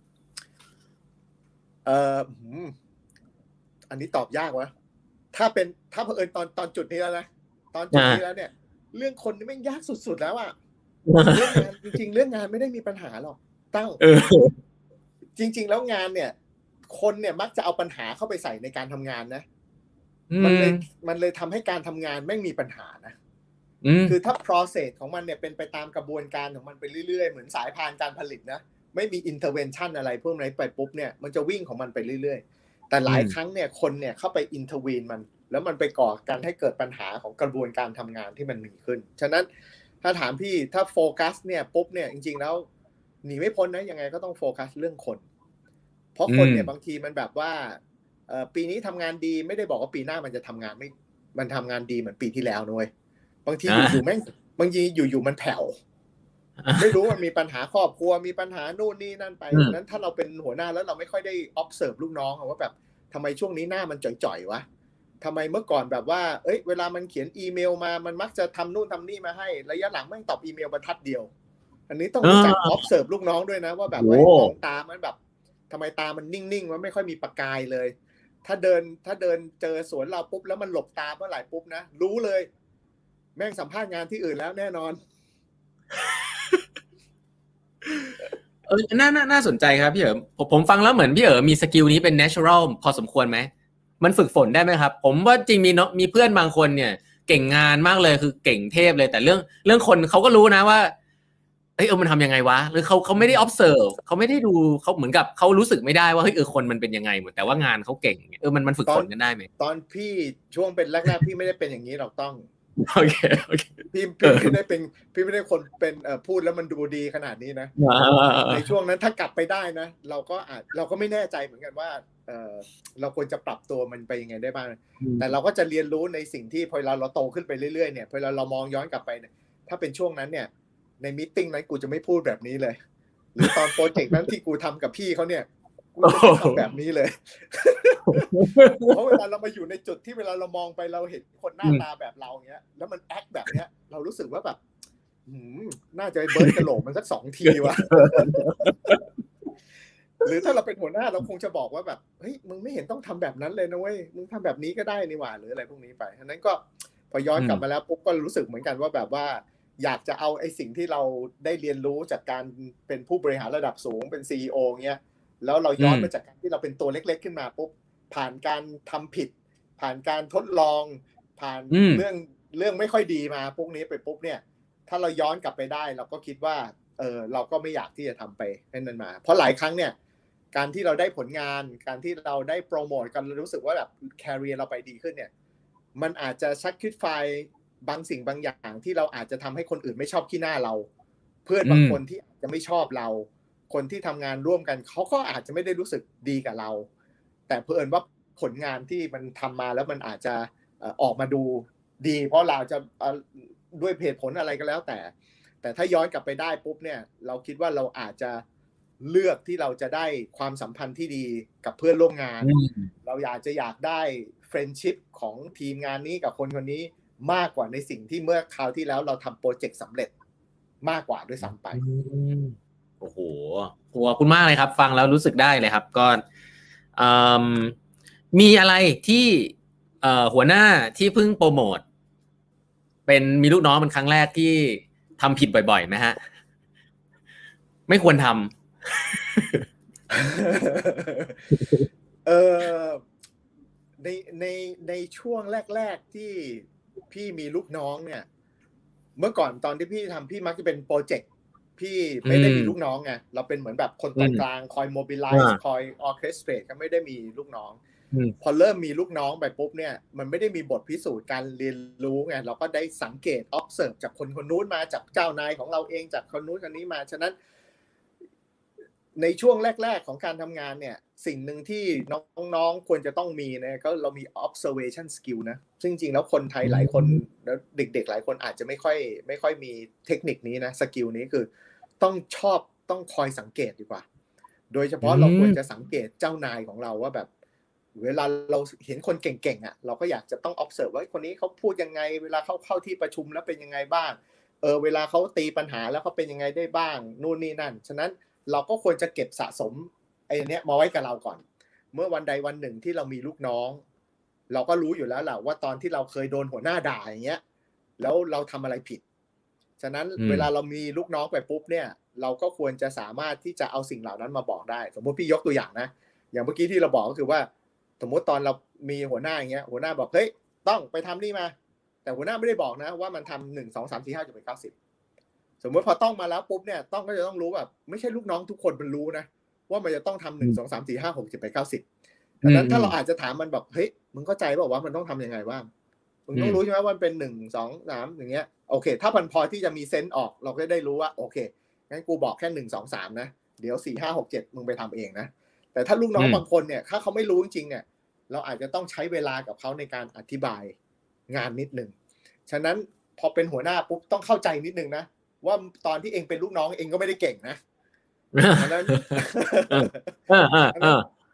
อันนี้ตอบยากวะถ้าเผอิญตอนจุดนี้แล้วนะตอนจุดนี้แล้วเนี่ยเรื่องคนนี่แม่งยากสุดๆแล้วอ่ะเรื่องงานจริงๆเรื่องงานไม่ได้มีปัญหาหรอกจริงๆแล้วงานเนี่ยคนเนี่ยมักจะเอาปัญหาเข้าไปใส่ในการทำงานนะมันเลยทำให้การทำงานแม่งมีปัญหานะคือถ้า process ของมันเนี่ยเป็นไปตามกระบวนการของมันไปเรื่อยๆเหมือนสายพานการผลิตนะไม่มี intervention อะไรพวกนี้ไปปุ๊บเนี่ยมันจะวิ่งของมันไปเรื่อยๆแต่หลายครั้งเนี่ยคนเนี่ยเข้าไป intervene มันแล้วมันไปก่อการให้เกิดปัญหาของกระบวนการทำงานที่มันมีขึ้นฉะนั้นถ้าถามพี่ถ้าโฟกัสเนี่ยปุ๊บเนี่ยจริงๆแล้วหนีไม่พ้นนะยังไงก็ต้องโฟกัสเรื่องคนเพราะคนเนี่ยบางทีมันแบบว่าปีนี้ทำงานดีไม่ได้บอกว่าปีหน้ามันจะทำงานไม่มันทำงานดีเหมือนปีที่แล้วนุ้ยบางทีอยู่ๆแม่งบางทีอยู่ๆมันแผ่วไม่รู้มันมีปัญหาครอบครัวมีปัญหานู่นนี่นั่นไปนั้นถ้าเราเป็นหัวหน้าแล้วเราไม่ค่อยได้ observe ลูกน้องว่าแบบทำไมช่วงนี้หน้ามันจ่อยๆวะทำไมเมื่อก่อนแบบว่าเวลามันเขียนอีเมลมามันมักจะทำนู่นทำนี่มาให้ระยะหลังแม่งตอบอีเมลบรรทัดเดียวอันนี้ต้องรู้จัก observe ลูกน้องด้วยนะว่าแบบมองตามันแบบทำไมตามันนิ่งๆมันไม่ค่อยมีประกายเลยถ้าเดินเจอสวนเราปุ๊บแล้วมันหลบตาเมื่อไหร่ปุ๊บนะรู้เลยแม่งสัมภาษณ์งานที่อื่นแล้วแน่นอนน่าสนใจครับพี่เอ๋ผมฟังแล้วเหมือนพี่เอ๋มีสกิลนี้เป็น natural พอสมควรไหมมันฝึกฝนได้ไหมครับผมว่าจริงมีเพื่อนบางคนเนี่ยเก่งงานมากเลยคือเก่งเทพเลยแต่เรื่องคนเขาก็รู้นะว่ามันทำยังไงวะหรือเขาไม่ได้ observe เขาไม่ได้ดูเขาเหมือนกับเขารู้สึกไม่ได้ว่าคนมันเป็นยังไงหมดแต่ว่างานเขาเก่งมันฝึกฝนกันได้ไหมตอนพี่ช่วงเป็นแรกๆพี่ไม่ได้เป็นอย่างนี้หรอกต้องโอเคพี่ไม่ได้คนเป็นพูดแล้วมันดูดีขนาดนี้นะในช่วงนั้นถ้ากลับไปได้นะเราก็ไม่แน่ใจเหมือนกันว่าเราควรจะปรับตัวมันไปยังไงได้บ้างแต่เราก็จะเรียนรู้ในสิ่งที่พอเราโตขึ้นไปเรื่อยๆเนี่ยพอเรามองย้อนกลับไปเนี่ยถ้าเป็นช่วงนั้นเนี่ยในมีตติ้งนั้นกูจะไม่พูดแบบนี้เลยหรือตอนโปรเจกต์นั้นที่กูทำกับพี่เขาเนี่ยกูจะทำแบบนี้เลยเพราะเวลาเรามาอยู่ในจุดที่เวลาเรามองไปเราเห็นคนหน้าตาแบบเราเงี้ยแล้วมันแอคแบบเนี้ยเรารู้สึกว่าแบบน่าจะไปเบิร์นกระโหลกมันสัก2 ทีวะหรือถ้าเราเป็นหัวหน้าเราคงจะบอกว่าแบบเฮ้ยมึงไม่เห็นต้องทำแบบนั้นเลยนะเว้ยมึงทำแบบนี้ก็ได้นี่หว่าหรืออะไรพวกนี้ไปฉะนั้นก็พอย้อนกลับมาแล้วปุ๊บก็รู้สึกเหมือนกันว่าแบบว่าอยากจะเอาไอ้สิ่งที่เราได้เรียนรู้จากการเป็นผู้บริหารระดับสูงเป็น CEO เงี้ยแล้วเราย้อนมาจากการที่เราเป็นตัวเล็กๆขึ้นมาปุ๊บผ่านการทำผิดผ่านการทดลองผ่านเรื่องไม่ค่อยดีมาพวกนี้ไปปุ๊บเนี่ยถ้าเราย้อนกลับไปได้เราก็คิดว่าเราก็ไม่อยากที่จะทำไปให้นั้นมาเพราะหลายครั้งเนี่ยการที่เราได้ผลงานการที่เราได้โปรโมทกันรู้สึกว่าแบบแคเรียร์เราไปดีขึ้นเนี่ยมันอาจจะซักคิดไฟบางสิ่งบางอย่างที่เราอาจจะทำให้คนอื่นไม่ชอบขี้หน้าเราเพื่อนบางคนที่อาจจะไม่ชอบเราคนที่ทำงานร่วมกันเขาก็อาจจะไม่ได้รู้สึกดีกับเราแต่เผอิญว่าผลงานที่มันทำมาแล้วมันอาจจะออกมาดูดีเพราะเราจะด้วยเหตุผลอะไรก็แล้วแต่ถ้าย้อนกลับไปได้ปุ๊บเนี่ยเราคิดว่าเราอาจจะเลือกที่เราจะได้ความสัมพันธ์ที่ดีกับเพื่อนร่วมงานเราอยากได้เฟรนด์ชิพของทีมงานนี้กับคนคนนี้มากกว่าในสิ่งที่เมื่อคราวที่แล้วเราทำโปรเจกต์สำเร็จมากกว่าด้วยซ้ำไปโอ้โหขอบคุณมากเลยครับฟังแล้วรู้สึกได้เลยครับก็มีอะไรที่หัวหน้าที่เพิ่งโปรโมทมีลูกน้องเป็นครั้งแรกที่ทำผิดบ่อยๆไหมฮะไม่ควรทำในช่วงแรกๆที่พี่มีลูกน้องเนี่ยเมื่อก่อนตอนที่พี่ทำพี่มักจะเป็นโปรเจกต์พี่ไม่ได้มีลูกน้องไงเราเป็นเหมือนแบบคนตรงกลางคอยโมบิลไลซ์คอยออเคสเตรตก็ไม่ได้มีลูกน้องพอเริ่มมีลูกน้องไปปุ๊บเนี่ยมันไม่ได้มีบทพิสูจน์การเรียนรู้ไงเราก็ได้สังเกต observe จากคนนู้นมาจากเจ้านายของเราเองจากคนนู้นคนนี้มาฉะนั้นในช่วงแรกๆของการทำงานเนี่ยสิ่งหนึ่งที่น้องๆควรจะต้องมีนะก็เรามี observation skill นะซึ่งจริงๆแล้วคนไทยหลายคนแล้วเด็กๆหลายคนอาจจะไม่ค่อยมีเทคนิคนี้นะสกิลนี้คือต้องคอยสังเกตดีกว่าโดยเฉพาะเราควรจะสังเกตเจ้านายของเราว่าแบบเวลาเราเห็นคนเก่งๆอ่ะเราก็อยากจะต้อง observe ว่าคนนี้เขาพูดยังไงเวลาเข้าที่ประชุมแล้วเป็นยังไงบ้างเวลาเขาตีปัญหาแล้วเขาเป็นยังไงได้บ้างนู่นนี่นั่นฉะนั้นเราก็ควรจะเก็บสะสมไอ้เนี้ยมาไว้กับเราก่อนเมื่อวันใดวันหนึ่งที่เรามีลูกน้องเราก็รู้อยู่แล้วแหละว่าตอนที่เราเคยโดนหัวหน้าด่าอย่างเงี้ยแล้วเราทำอะไรผิดฉะนั้นเวลาเรามีลูกน้องไปปุ๊บเนี่ยเราก็ควรจะสามารถที่จะเอาสิ่งเหล่านั้นมาบอกได้สมมติพี่ยกตัวอย่างนะอย่างเมื่อกี้ที่เราบอกก็คือว่าสมมติตอนเรามีหัวหน้าอย่างเงี้ยหัวหน้าบอกเฮ้ยต้องไปทำนี่มาแต่หัวหน้าไม่ได้บอกนะว่ามันทำ1 2 3 4 5จนถึง90สมมติพอต้องมาแล้วปุ๊บเนี่ยต้องก็จะต้องรู้แบบไม่ใช่ลูกน้องทุกคนมันรู้นะว่ามันจะต้องทำ1 2 3 4 5 6 7 8 9 10ดังนั้นถ้าเราอาจจะถามมันแบบเฮ้ยมึงเข้าใจเปล่าว่ามันต้องทำยังไงบ้างมึงต้องรู้ใช่ไหมว่ามันเป็น1 2 3อย่างเงี้ยโอเคถ้ามันพอที่จะมีเซนส์ออกเราก็ได้รู้ว่าโอเคงั้นกูบอกแค่1 2 3นะเดี๋ยว4 5 6 7มึงไปทำเองนะแต่ถ้าลูกน้องบางคนเนี่ยถ้าเขาไม่รู้จริงๆเนี่ยเราอาจจะต้องใช้เวลากับเขาในการอธิบายงานนิดนึงฉะนั้นพอเป็นหัวหน้าปุ๊บต้องเข้าใจนิดนึงนะว่าตอนที่เองเป็นลูกน้องเองก็ไม่ได้เก่งนะฉะนั้น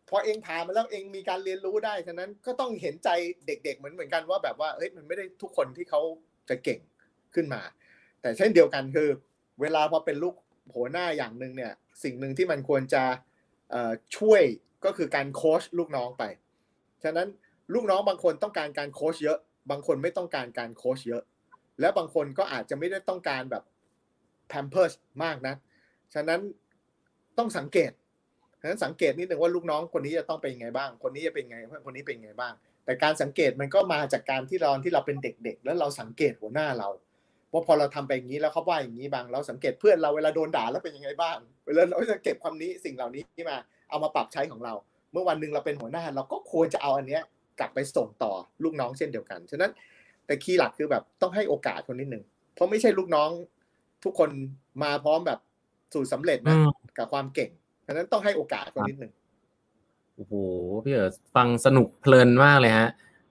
พอเองผ่านมาแล้วเองมีการเรียนรู้ได้ฉะนั้นก็ต้องเห็นใจเด็กๆเหมือนกันว่าแบบว่ามันไม่ได้ทุกคนที่เขาจะเก่งขึ้นมาแต่เช่นเดียวกันคือเวลาพอเป็นลูกหัวหน้าอย่างนึงเนี่ยสิ่งหนึ่งที่มันควรจะช่วยก็คือการโค้ชลูกน้องไปฉะนั้นลูกน้องบางคนต้องการการโค้ชเยอะบางคนไม่ต้องการการโค้ชเยอะและบางคนก็อาจจะไม่ได้ต้องการแบบแพมเพิร์สมากนะฉะนั้นต้องสังเกตฉะนั้นสังเกตนิดนึงว่าลูกน้องคนนี้จะต้องเป็นยังไงบ้างคนนี้จะเป็นไงคนนี้เป็นยังไงบ้างแต่การสังเกตมันก็มาจากการที่เราเป็นเด็กๆแล้วเราสังเกตหัวหน้าเราว่าพอเราทำไปอย่างนี้แล้วเขาว่าอย่างนี้บางเราสังเกตเพื่อนเราเวลาโดนด่าแล้วเป็นยังไงบ้างเวลาเราจะเก็บความนี้สิ่งเหล่านี้มาเอามาปรับใช้ของเราเมื่อวันนึงเราเป็นหัวหน้าเราก็ควรจะเอาอันเนี้ยกลับไปส่งต่อลูกน้องเช่นเดียวกันฉะนั้นแต่คีย์หลักคือแบบต้องให้โอกาสคนนิดนึงเพราะไม่ใช่ลูกน้องทุกคนมาพร้อมแบบสูตรสำเร็จนะกับความเก่งฉะนั้นต้องให้โอกาสคนนิดนึงโอ้โหพี่ฟังสนุกเพลินมากเลยฮะ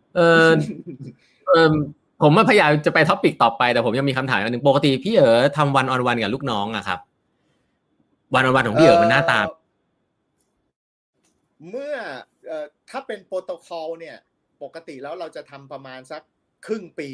ผมพยายามจะไปท็อปิกต่อไปแต่ผมยังมีคำถามอันนึงปกติพี่ทำวันออนวันกับลูกน้องอะครับวันออนวันของพี่มันหน้าตาเมื่อถ้าเป็นโปรโตคอลเนี่ยปกติแล้วเราจะทำประมาณสักครึ่งปี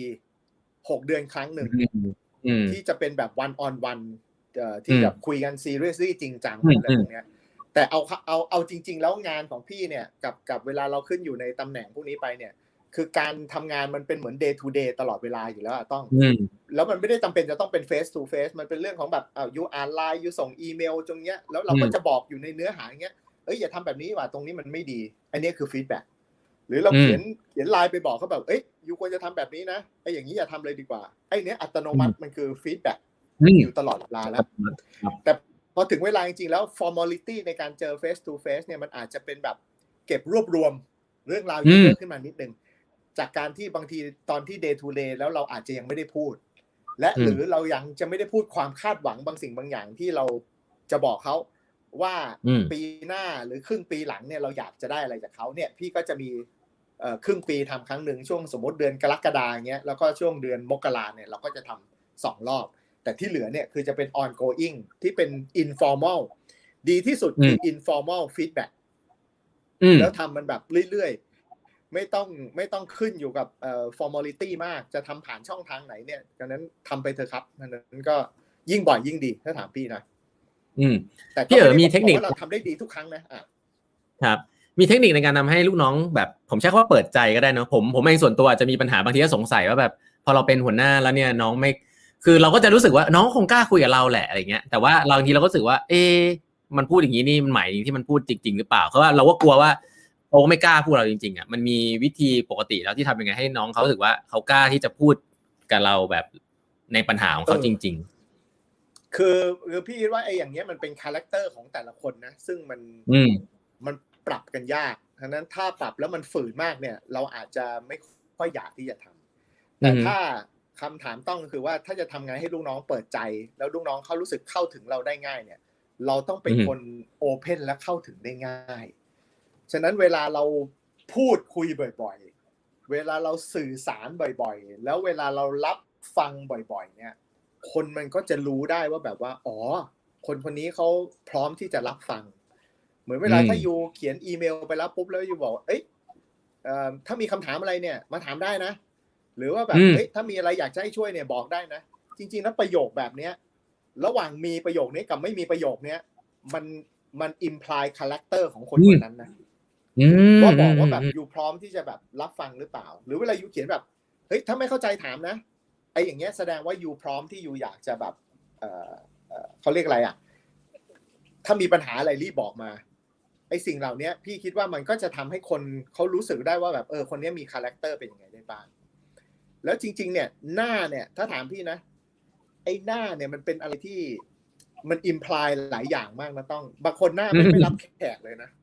6 เดือนครั้งหนึ่งที่จะเป็นแบบวันออนวันที่แบบคุยกันซีเรียสจริงจังอะไรพวกนี้แต่เอาจริงๆแล้วงานของพี่เนี่ยกับเวลาเราขึ้นอยู่ในตำแหน่งพวกนี้ไปเนี่ยคือการทำงานมันเป็นเหมือน day to day ตลอดเวลาอยู่แล้วต้องแล้วมันไม่ได้จำเป็นจะต้องเป็น face to face มันเป็นเรื่องของแบบยูอ่านไลน์ยูส่งอีเมลตรงเนี้ยแล้วเราก็จะบอกอยู่ในเนื้อหาอย่างเงี้ยอย่าทำแบบนี้ว่ะตรงนี้มันไม่ดีอันนี้คือฟีดแบ็กหรือเราเขียนไลน์ไปบอกเขาแบบยูควรจะทำแบบนี้นะอย่างนี้อย่าทำเลยดีกว่าเนี้ยอัตโนมัติมันคือฟีดแบ็กอยู่ตลอดเวลาแล้วแต่พอถึงเวลาจริงๆแล้ว formality ในการเจอ face to face เนี่ยมันอาจจะเป็นแบบเก็บรวบรวมเรื่องราวเยอะขึ้นมานิดนึงจากการที่บางทีตอนที่ day to day แล้วเราอาจจะยังไม่ได้พูดและหรือเรายังจะไม่ได้พูดความคาดหวังบางสิ่งบางอย่างที่เราจะบอกเขาว่าปีหน้าหรือครึ่งปีหลังเนี่ยเราอยากจะได้อะไรจากเขาเนี่ยพี่ก็จะมีครึ่งปีทำครั้งหนึ่งช่วงสมมติเดือนกรกฎาเงี้ยแล้วก็ช่วงเดือนมกราเนี่ยเราก็จะทำ2 รอบแต่ที่เหลือเนี่ยคือจะเป็น ongoing ที่เป็น informal ดีที่สุดคือ informal feedback แล้วทำมันแบบเรื่อยๆไม่ต้องขึ้นอยู่กับformality มากจะทำผ่านช่องทางไหนเนี่ยดังนั้นทำไปเถอะครับนั้นก็ยิ่งบ่อยยิ่งดีถ้าถามพี่นะแต่พี่มีเทคนิคเราทำได้ดีทุกครั้งนะครับมีเทคนิคในการทำให้ลูกน้องแบบผมใช้คำว่าเปิดใจก็ได้เนาะผมเองส่วนตัวอาจจะมีปัญหาบางทีก็สงสัยว่าแบบพอเราเป็นหัวหน้าแล้วเนี่ยน้องไม่คือเราก็จะรู้สึกว่าน้องคงกล้าคุยกับเราแหละอะไรเงี้ยแต่ว่าบางทีเราก็รู้สึกว่ามันพูดอย่างนี้นี่มันหมายถึงที่มันพูดจริงๆหรือเปล่าเพราะว่าเราก็กลัวว่าเขาไม่กล้าพูดเราจริงๆอ่ะมันมีวิธีปกติแล้วที่ทำยังไงให้น้องเขารู้สึกว่าเขากล้าที่จะพูดกับเราแบบในปัญหาของเขาจริงๆคือพี่คิดว่าอย่างเงี้ยมันเป็นคาแรคเตอร์ของแต่ละคนนะซึ่งมันปรับกันยากฉะนั้นถ้าปรับแล้วมันฝืนมากเนี่ยเราอาจจะไม่ค่อยอยากที่จะทำแต่ถ้าคำถามต้องคือว่าถ้าจะทำไงให้ลูกน้องเปิดใจแล้วลูกน้องเขารู้สึกเข้าถึงเราได้ง่ายเนี่ยเราต้องเป็นคนโอเพนและเข้าถึงได้ง่ายฉะนั้นเวลาเราพูดคุยบ่อยๆเวลาเราสื่อสารบ่อยๆแล้วเวลาเรารับฟังบ่อยๆเนี่ยคนมันก็จะรู้ได้ว่าแบบว่าคนนี้เขาพร้อมที่จะรับฟังเหมือนเวลาถ้ายูเขียนอีเมลไปแล้วปุ๊บแล้วยูบอกถ้ามีคำถามอะไรเนี่ยมาถามได้นะหรือว่าแบบถ้ามีอะไรอยากจะให้ช่วยเนี่ยบอกได้นะจริงๆแล้วประโยคแบบนี้ระหว่างมีประโยคนี้กับไม่มีประโยคนี้มัน imply character ของคนคนนั้นนะว่าบอกว่าแบบยูพร้อมที่จะแบบรับฟังหรือเปล่าหรือเวลายูเขียนแบบถ้าไม่เข้าใจถามนะอย่างเงี้ยแสดงว่ายูพร้อมที่ยูอยากจะแบบเขาเรียกอะไรถ้ามีปัญหาอะไรรีบบอกมาสิ่งเหล่านี้พี่คิดว่ามันก็จะทำให้คนเขารู้สึกได้ว่าแบบคนนี้มีคาแรคเตอร์เป็นยังไงได้บ้างแล้วจริงๆเนี่ยหน้าเนี่ยถ้าถามพี่นะหน้าเนี่ยมันเป็นอะไรที่มันอิมพลายหลายอย่างมากนะต้องบางคนหน้าไม่รับแขกเลยนะ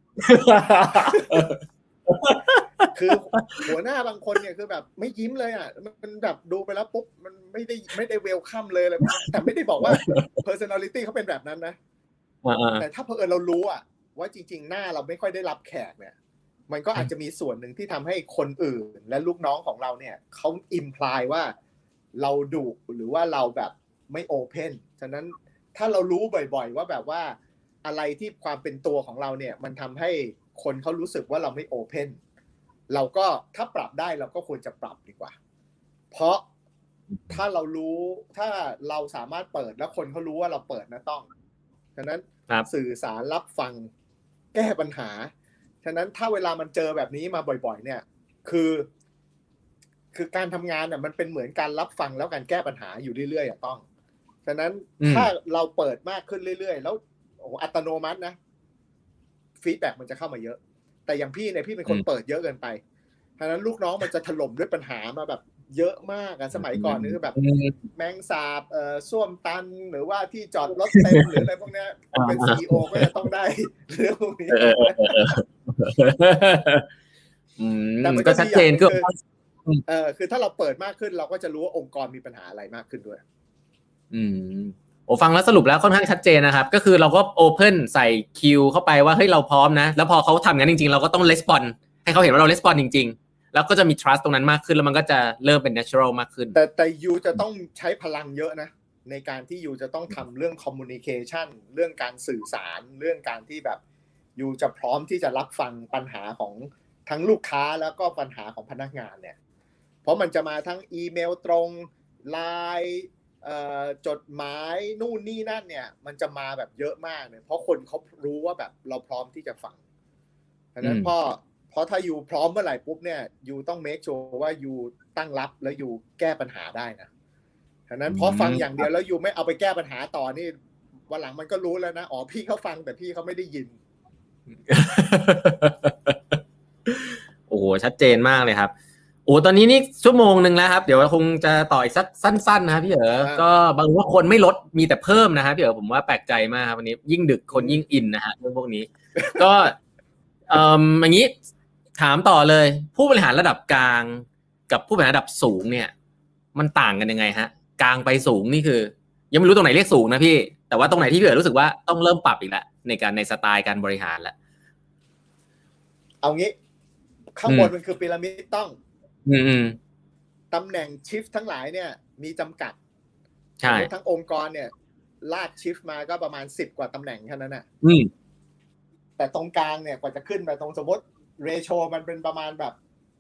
คือหัวหน้าบางคนเนี่ยคือแบบไม่ยิ้มเลยมันแบบดูไปแล้วปุ๊บมันไม่ได้เวลคัมเลยแต่ไม่ได้บอกว่า personality เขาเป็นแบบนั้นนะแต่ถ้าเผอิญเรารู้ว่าจริงๆหน้าเราไม่ค่อยได้รับแขกเนี่ยมันก็อาจจะมีส่วนหนึ่งที่ทำให้คนอื่นและลูกน้องของเราเนี่ยเขาอิมพลายว่าเราดุหรือว่าเราแบบไม่โอเพนฉะนั้นถ้าเรารู้บ่อยๆว่าแบบว่าอะไรที่ความเป็นตัวของเราเนี่ยมันทำให้คนเขารู้สึกว่าเราไม่โอเพนเราก็ถ้าปรับได้เราก็ควรจะปรับดีกว่าเพราะถ้าเราสามารถเปิดแล้วคนเขารู้ว่าเราเปิดนะต้องฉะนั้นสื่อสารรับฟังแก้ปัญหาฉะนั้นถ้าเวลามันเจอแบบนี้มาบ่อยๆเนี่ยคือการทำงานเนี่ยมันเป็นเหมือนการรับฟังแล้วการแก้ปัญหาอยู่เรื่อยๆต้องฉะนั้นถ้าเราเปิดมากขึ้นเรื่อยๆแล้วอัตโนมัตินะฟีดแบ็กมันจะเข้ามาเยอะแต่อย่างพี่เนี่ยพี่เป็นคนเปิดเยอะเกินไปฉะนั้นลูกน้องมันจะถล่มด้วยปัญหามาแบบเยอะมากสมัยก่อนนี่คือแบบแมงสาบส้วมตันหรือว่าที่จอดรถเต็มหรืออะไรพวกนี้เป็น CEO ก็จะต้องได้เรื่องพวกนี้แต่มันก็ชัดเจนคือถ้าเราเปิดมากขึ้นเราก็จะรู้ว่าองค์กรมีปัญหาอะไรมากขึ้นด้วยฟังแล้วสรุปแล้วค่อนข้างชัดเจนนะครับก็คือเราก็โอเพ่นใส่คิวเข้าไปว่าเฮ้ยเราพร้อมนะแล้วพอเขาทำงั้นจริงๆเราก็ต้องレスปอนให้เขาเห็นว่าเราレスปอนจริงๆแล้วก็จะมี trust ตรงนั้นมากขึ้นแล้วมันก็จะเริ่มเป็น natural มากขึ้นแต่ยูจะต้องใช้พลังเยอะนะในการที่ยูจะต้องทำเรื่อง communication เรื่องการสื่อสารเรื่องการที่แบบยูจะพร้อมที่จะรับฟังปัญหาของทั้งลูกค้าแล้วก็ปัญหาของพนักงานเนี่ยเพราะมันจะมาทั้งอีเมลตรง LINEจดหมายนู่นนี่นั่นเนี่ยมันจะมาแบบเยอะมากเนี่ยเพราะคนเขารู้ว่าแบบเราพร้อมที่จะฟังฉะนั้นเพราะถ้ายูพร้อมเมื่อไหร่ปุ๊บเนี่ยยูต้องเมคชัวร์ว่ายูตั้งรับแล้วยูแก้ปัญหาได้นะฉะนั้นพอฟังอย่างเดียวแล้วยูไม่เอาไปแก้ปัญหาต่อนี่วันหลังมันก็รู้แล้วนะอ๋อพี่เขาฟังแต่พี่เขาไม่ได้ยินโอ้โหชัดเจนมากเลยครับโอ้ตอนนี้นี่ชั่วโมงนึงแล้วครับเดี๋ยวคงจะต่ออีกสักสั้นๆนะครับพี่ก็บางว่าคนไม่ลดมีแต่เพิ่มนะครับพี่ผมว่าแปลกใจมากครับวันนี้ยิ่งดึกคนยิ่งอินนะฮะเรื่องพวกนี้ก็อย่างนี้ถามต่อเลยผู้บริหารระดับกลางกับผู้บริหารระดับสูงเนี่ยมันต่างกันยังไงฮะกลางไปสูงนี่คือยังไม่รู้ตรงไหนเรียกสูงนะพี่แต่ว่าตรงไหนที่พี่รู้สึกว่าต้องเริ่มปรับอีกแล้วในสไตล์การบริหารแล้วเอางี้ข้างบนมันคือพีระมิดต้องตำแหน่งชิฟทั้งหลายเนี่ยมีจำกัดใช่ทั้งองค์กรเนี่ยลากชิฟมาก็ประมาณ10กว่าตำแหน่งแค่นั้นน่ะแต่ตรงกลางเนี่ยกว่าจะขึ้นไปตรงสมมติเรโชมันเป็นประมาณแบบ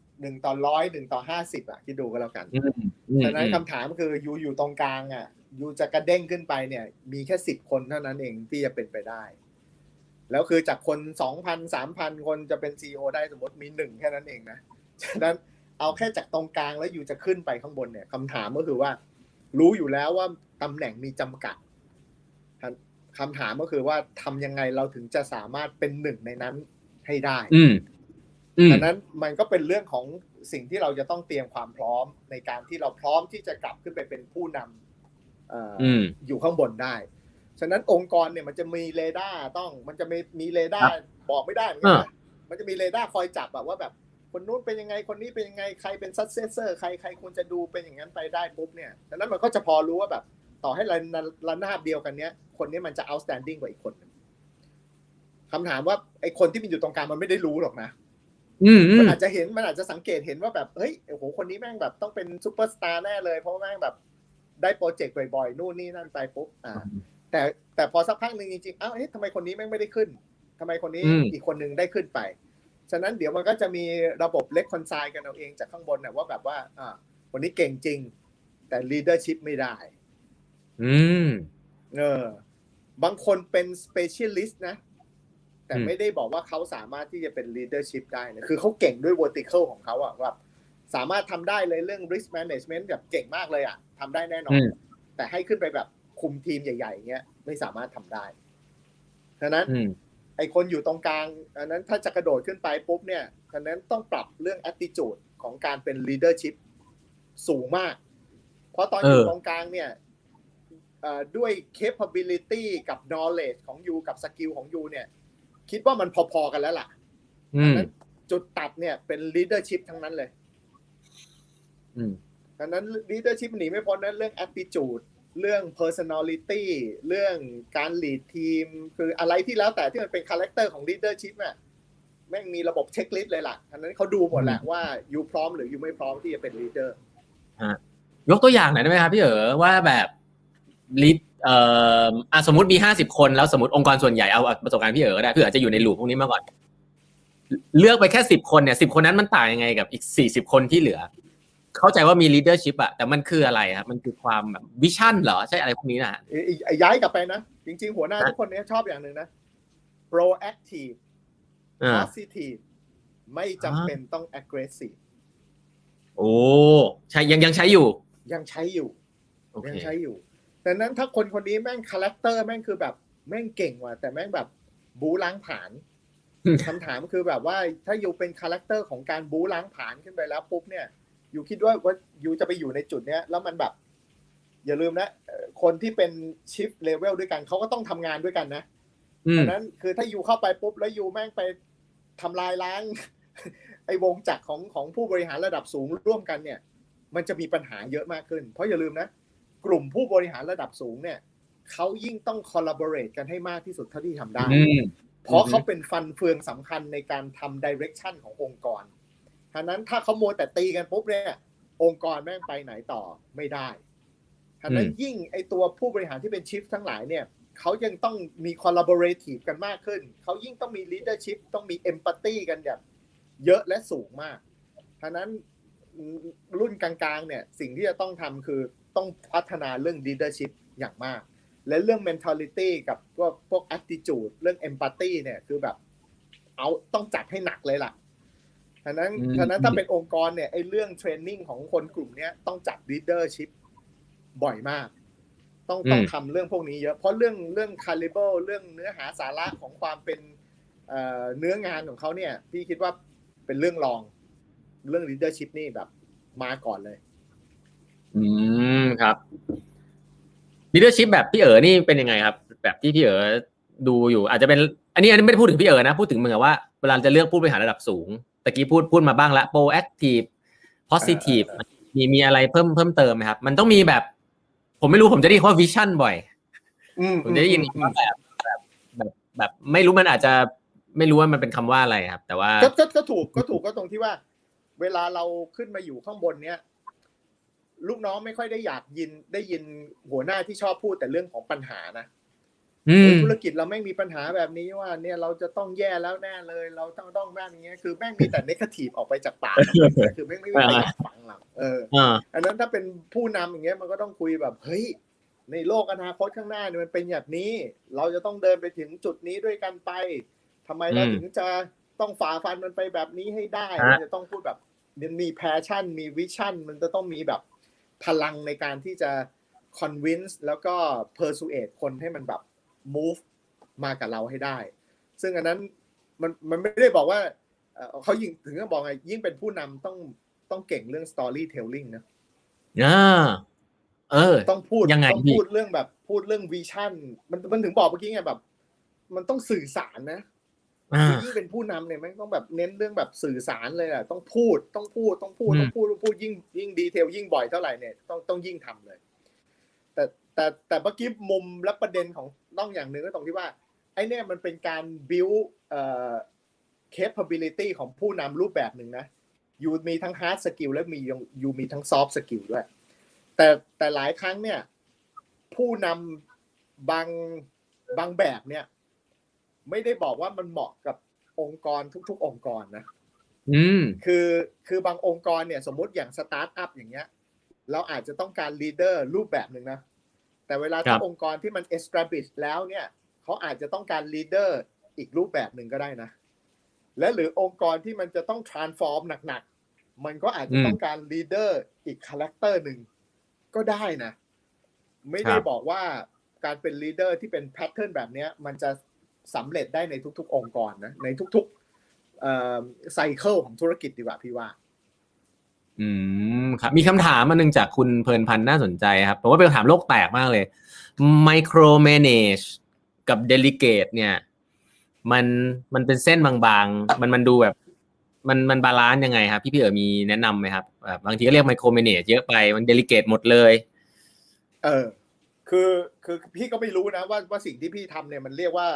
1:100 1:50อ่ะคิดดูก็แล้วกันฉะนั้นคำถามคืออยู่ตรงกลางอ่ะยูจะกระเด้งขึ้นไปเนี่ยมีแค่10คนเท่านั้นเองที่จะเป็นไปได้แล้วคือจากคน 2,000 3,000 คนจะเป็น CEO ได้สมมติมี1แค่นั้นเองนะฉะนั้นเอาแค่จากตรงกลางแล้วอยู่จะขึ้นไปข้างบนเนี่ยคำถามก็คือว่ารู้อยู่แล้วว่าตำแหน่งมีจำกัดคำถามก็คือว่าทำยังไงเราถึงจะสามารถเป็นหนึ่งในนั้นให้ได้ฉะนั้นมันก็เป็นเรื่องของสิ่งที่เราจะต้องเตรียมความพร้อมในการที่เราพร้อมที่จะกลับขึ้นไปเป็นผู้นำอยู่ข้างบนได้ฉะนั้นองค์กรเนี่ยมันจะมีเรดาร์มันจะมีเรดาร์บอกไม่ได้เหมือนกันนะมันจะมีเรดาร์คอยจับแบบว่าแบบคนนู้นเป็นยังไงคนนี้เป็นยังไงใครเป็นซัคเซสเซอร์ใครควรจะดูเป็นอย่างนั้นไปได้ปุ๊บเนี่ยฉะนั้นมันก็จะพอรู้ว่าแบบต่อให้ระนาบเดียวกันเนี้ยคนนี้มันจะ outstanding กว่าอีกคนนึงคำถามว่าไอ้คนที่มันอยู่ตรงกลางมันไม่ได้รู้หรอกนะมันอาจจะสังเกตเห็นว่าแบบเฮ้ยโอ้โหคนนี้แม่งแบบต้องเป็นซุปเปอร์สตาร์แน่เลยเพราะแม่งแบบได้โปรเจกต์บ่อยๆนู่นนี่นั่นไปปุ๊บแต่พอสักพักนึงจริงๆเฮ้ยทำไมคนนี้แม่งไม่ได้ขึ้นทำไมคนนี้อีกคนนึงได้ขึ้นไปฉะนั้นเดี๋ยวมันก็จะมีระบบเล็กคอนไซน์กันเอาเองจากข้างบนเนี่ยว่าแบบว่าคนนี้เก่งจริงแต่ leadership ไม่ได้บางคนเป็น specialist นะแต่ไม่ได้บอกว่าเขาสามารถที่จะเป็น leadership ได้นะคือเขาเก่งด้วย vertical ของเขาอะแบบสามารถทำได้เลยเรื่อง risk management แบบเก่งมากเลยอะทำได้แน่นอนแต่ให้ขึ้นไปแบบคุมทีมใหญ่ๆเงี้ยไม่สามารถทำได้ฉะนั้นไอคนอยู่ตรงกลางอันนั้นถ้าจะกระโดดขึ้นไปปุ๊บเนี่ยฉะนั้นต้องปรับเรื่อง attitude ของการเป็น leadership สูงมากเพราะตอนอยู่ตรงกลางเนี่ยด้วย capability กับ knowledge ของยูกับ skill ของยูเนี่ยคิดว่ามันพอๆกันแล้วล่ะนั้นจุดตัดเนี่ยเป็น leadership ทั้งนั้นเลยฉะนั้น leadership หนีไม่พ้นนั้นเรื่อง attitude เรื่อง personality เรื่องการ lead ทีมคืออะไรที่แล้วแต่ที่มันเป็น character ของ leadership น่ะแม่งมีระบบเช็คลิสต์เลยล่ะฉะนั้นเขาดูหมดแหละว่ายูพร้อมหรือยูไม่พร้อมที่จะเป็น leader ยกตัวอย่างหน่อยได้ไหมครับพี่ว่าแบบลีดสมมุติมี50คนแล้วสมมุติองค์กรส่วนใหญ่เอาประสบการณ์พี่ก็ได้พี่จะอยู่ในลูปพวกนี้มาก่อนเลือกไปแค่10 คนเนี่ย10 คนนั้นมันต่างยังไงกับอีก40 คนที่เหลือเข้าใจว่ามี leadership อะแต่มันคืออะไรครับมันคือความแบบวิชั่นเหรอใช่อะไรพวกนี้นะย้ายกลับไปนะจริงๆหัวหน้าทุกคนเนี่ยชอบอย่างหนึ่งนะ proactive positive ไม่จำเป็นต้อง aggressive โอ้ใช่ยังใช้อยู่ยังใช้อยู่ดังนั้นถ้าคนนี้แม่งคาแรคเตอร์แม่งคือแบบแม่งเก่งว่ะแต่แม่งแบบบู๊ล้างผลาญคำถามคือแบบว่าถ้าอยู่เป็นคาแรคเตอร์ของการบู๊ล้างผลาญขึ้นไปแล้วปุ๊บเนี่ยอยู่คิดว่าอยู่จะไปอยู่ในจุดเนี้ยแล้วมันแบบอย่าลืมนะคนที่เป็นชิฟเลเวลด้วยกันเขาก็ต้องทำงานด้วยกันนะดังนั้นคือถ้าอยู่เข้าไปปุ๊บแล้วอยู่แม่งไปทำลายล้างไอ้วงจักรของผู้บริหารระดับสูงร่วมกันเนี่ยมันจะมีปัญหาเยอะมากขึ้นเพราะอย่าลืมนะกลุ่มผู้บริหารระดับสูงเนี่ยเขายิ่งต้อง collaborate กันให้มากที่สุดเท่าที่ทำได้เพราะเขาเป็นฟันเฟืองสำคัญในการทำ direction ขององค์กรฉะนั้นถ้าเขาโมแต่ตีกันปุ๊บเนี่ยองค์กรแม่งไปไหนต่อไม่ได้ฉะนั้นยิ่งไอตัวผู้บริหารที่เป็นชิฟทั้งหลายเนี่ยเขายังต้องมี collaborative กันมากขึ้นเขายิ่งต้องมี leadership ต้องมี empathy กันแบบเยอะและสูงมากฉะนั้นรุ่นกลางๆเนี่ยสิ่งที่จะต้องทำคือต้องพัฒนาเรื่อง leadership อย่างมากและเรื่อง mentality กับพวก attitude เรื่อง empathy เนี่ยคือแบบเอาต้องจัดให้หนักเลยล่ะฉะนั้นถ้าเป็นองค์กรเนี่ยไอ้เรื่อง training ของคนกลุ่มนี้ต้องจัด leadership บ่อยมากต้องทำเรื่องพวกนี้เยอะเพราะเรื่อง caliber เรื่องเนื้อหาสาระของความเป็นเนื้องานของเขาเนี่ยพี่คิดว่าเป็นเรื่องรองเรื่อง leadership นี่แบบมาก่อนเลยครับ leadership แบบพี่เอ๋นี่เป็นยังไงครับแบบที่พี่เอ๋ดูอยู่อาจจะเป็นอันนี้ไม่ได้พูดถึงพี่เอ๋นะพูดถึงเหมือนกับว่าเวลาจะเลือกผู้บริหารระดับสูงตะกี้พูดมาบ้างละ proactive positive มีอะไรเพิ่มเติมไหมครับมันต้องมีแบบผมไม่รู้ผมจะได้ยินว่า vision บ่อยผมจะได้ยินว่าแบบไม่รู้มันอาจจะไม่รู้ว่ามันเป็นคำว่าอะไรครับแต่ว่าก็ถูกก็ตรงที่ว่าเวลาเราขึ้นมาอยู่ข้างบนเนี้ยลูกน้องไม่ค่อยได้ยินหัวหน้าที่ชอบพูดแต่เรื่องของปัญหานะธุรกิจเราไม่มีปัญหาแบบนี้ว่าเนี่ยเราจะต้องแย่แล้วแน่เลยเราต้องแบบนี้คือแม่งมีแต่เนกาทีฟออกไปจากปากคือไม่มีใครอยากฟังเราอันนั้นถ้าเป็นผู้นำอย่างเงี้ยมันก็ต้องคุยแบบเฮ้ยในโลกอนาคตข้างหน้าเนี่ยมันเป็นแบบนี้เราจะต้องเดินไปถึงจุดนี้ด้วยกันไปทำไมเราถึงจะต้องฝ่าฟันมันไปแบบนี้ให้ได้จะต้องพูดแบบมีแพชชั่นมีวิชั่นมันจะต้องมีแบบพลังในการที่จะ convince แล้วก็ persuade คนให้มันแบบ move มากับเราให้ได้ซึ่งอันนั้นมันไม่ได้บอกว่าเขายิ่งถึงก็บอกไงยิ่งเป็นผู้นำต้องเก่งเรื่อง storytelling นะต้องพูดเรื่องแบบพูดเรื่อง vision มันถึงบอกเมื่อกี้ไงแบบมันต้องสื่อสารนะยิ่งเป็นผู้นำเนี่ยมันต้องแบบเน้นเรื่องแบบสื่อสารเลยอ่ะต้องพูดยิ่งดีเทลยิ่งบ่อยเท่าไหร่เนี่ยต้องยิ่งทำเลยแต่เมื่อกี้มุมและประเด็นของต้องอย่างนึงก็ตรงที่ว่าไอ้เนี่ยมันเป็นการ build capability ของผู้นำรูปแบบหนึ่งนะอยู่มีทั้ง hard skill และมีทั้ง soft skill ด้วยแต่หลายครั้งเนี่ยผู้นำบางแบบเนี่ยไม่ได้บอกว่ามันเหมาะกับองค์กรทุกๆองค์กรนะคือบางองค์กรเนี่ยสมมุติอย่างสตาร์ทอัพอย่างเงี้ยเราอาจจะต้องการลีดเดอร์รูปแบบหนึ่งนะแต่เวลาถ้าองค์กรที่มัน establish แล้วเนี่ยเขาอาจจะต้องการลีดเดอร์อีกรูปแบบหนึ่งก็ได้นะและหรือองค์กรที่มันจะต้อง transform หนักๆมันก็อาจจะต้องการลีดเดอร์อีกคาแรคเตอร์หนึ่งก็ได้นะไม่ได้บอกว่าการเป็นลีดเดอร์ที่เป็นแพทเทิร์นแบบนี้มันจะสำเร็จได้ในทุกๆองค์กรนะในทุกๆไซเคิลของธุรกิจดีกว่าพี่ว่าครับมีคำถามมานึงจากคุณเพลินพันธ์น่าสนใจครับผมว่าเป็นคำถามโลกแตกมากเลย micromanage กับ delegate เนี่ยมันเป็นเส้นบางๆมันดูแบบมันบาลานซ์ยังไงครับพี่เอ๋มีแนะนำไหมครับบางทีก็เรียก micromanage เยอะไปมัน delegate หมดเลยคือพี่ก็ไม่รู้นะว่าสิ่งที่พี่ทำเนี่ยมันเรียกว่า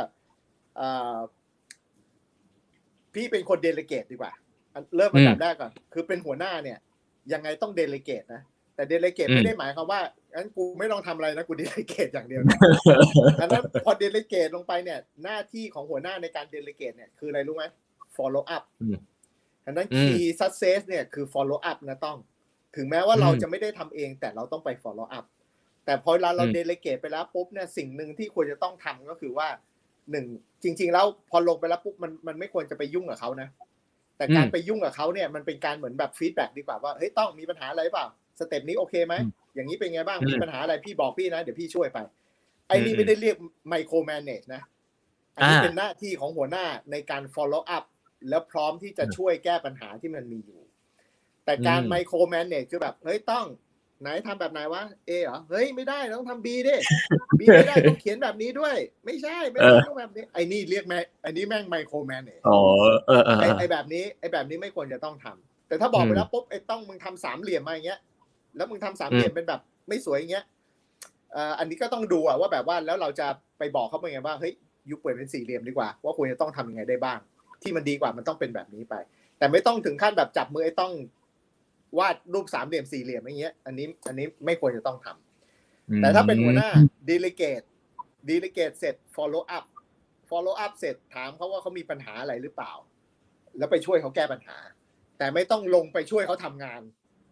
พี่เป็นคนเดลิเกตดีกว่าเริ่มอันดับแรกก่อนคือเป็นหัวหน้าเนี่ยยังไงต้องเดลิเกตนะแต่เดลิเกตไม่ได้หมายความว่างั้นกูไม่ต้องทำอะไรนะกูเดลิเกตอย่างเดียวนะอันนั้นพอเดลิเกตลงไปเนี่ยหน้าที่ของหัวหน้าในการเดลิเกตเนี่ยคืออะไรรู้ไหม follow up ฉะนั้นอืม key success เนี่ยคือ follow up นะต้องถึงแม้ว่าเราจะไม่ได้ทำเองแต่เราต้องไป follow up แต่พอเวลาเรา delegate ไปแล้วปุ๊บเนี่ยสิ่งหนึ่งที่ควรจะต้องทำก็คือว่าหนึ่งจริงๆแล้วพอลงไปแล้วปุ๊บมันไม่ควรจะไปยุ่งกับเขานะแต่การไปยุ่งกับเขาเนี่ยมันเป็นการเหมือนแบบ feedback ดีกว่าว่าเฮ้ยต้องมีปัญหาอะไรเปล่าสเต็ปนี้โอเคไหมอย่างนี้เป็นไงบ้างมีปัญหาอะไรพี่บอกพี่นะเดี๋ยวพี่ช่วยไปไอ้นี่ไม่ได้เรียก micro manage นะอันนี้เป็นหน้าที่ของหัวหน้าในการ follow up แล้วพร้อมที่จะช่วยแก้ปัญหาที่มันมีอยู่แต่การ micro manage คือแบบเฮ้ยต้องไหนทำแบบไหนวะ A เหรอเฮ้ยไม่ได้ต้องทำ B ดิ B ไม่ได้ต้องเขียนแบบนี้ด้วยไม่ใช่ไม่ได้ต้องแบบนี้ไอ้นี่เรียกแม่ไอ้นี่แม่ง micro manage อ๋อไอ้แบบนี้ไม่ควรจะต้องทำแต่ถ้าบอกไปแล้วปุ๊บไอ้ต้องมึงทำสามเหลี่ยมมาอย่างเงี้ยแล้วมึงทำสามเหลี่ยมเป็นแบบไม่สวยอย่างเงี้ยอันนี้ก็ต้องดูว่าแบบว่าแล้วเราจะไปบอกเขาเป็นไงว่าเฮ้ยยุคเปลี่ยนเป็นสี่เหลี่ยมดีกว่าว่าควรจะต้องทำยังไงได้บ้างที่มันดีกว่ามันต้องเป็นแบบนี้ไปแต่ไม่ต้องถึงขั้นแบบจับมือไอ้ต้องวาดรูปสามเหลี่ยมสี่เหลี่ยมอย่างเงี้ยอันนี้ไม่ควรจะต้องทำแต่ถ้าเป็นหัวหน้า delegate เสร็จ follow up เสร็จถามเขาว่าเขามีปัญหาอะไรหรือเปล่าแล้วไปช่วยเขาแก้ปัญหาแต่ไม่ต้องลงไปช่วยเขาทำงาน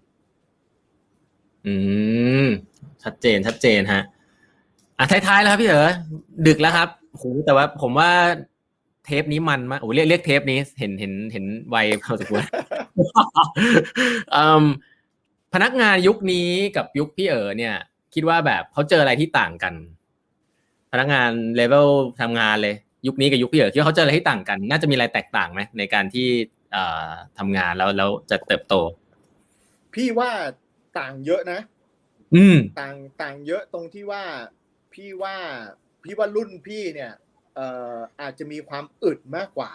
ชัดเจนฮะท้ายๆแล้วครับพี่ดึกแล้วครับโหแต่ว่าผมว่าเทปนี้มันมากโอ้เรียกเทปนี้เห็นไวพอสมควร พนักงานยุคนี้กับยุคพี่เนี่ยคิดว่าแบบเขาเจออะไรที่ต่างกันพนักงานเลเวลทำงานเลยยุคนี้กับยุคพี่คิดว่าเขาเจออะไรที่ต่างกันน่าจะมีอะไรแตกต่างไหมในการที่ทำงานแล้วจะเติบโตพี่ว่าต่างเยอะนะต่างเยอะตรงที่ว่าพี่ว่ารุ่นพี่เนี่ยอาจจะมีความอึดมากกว่า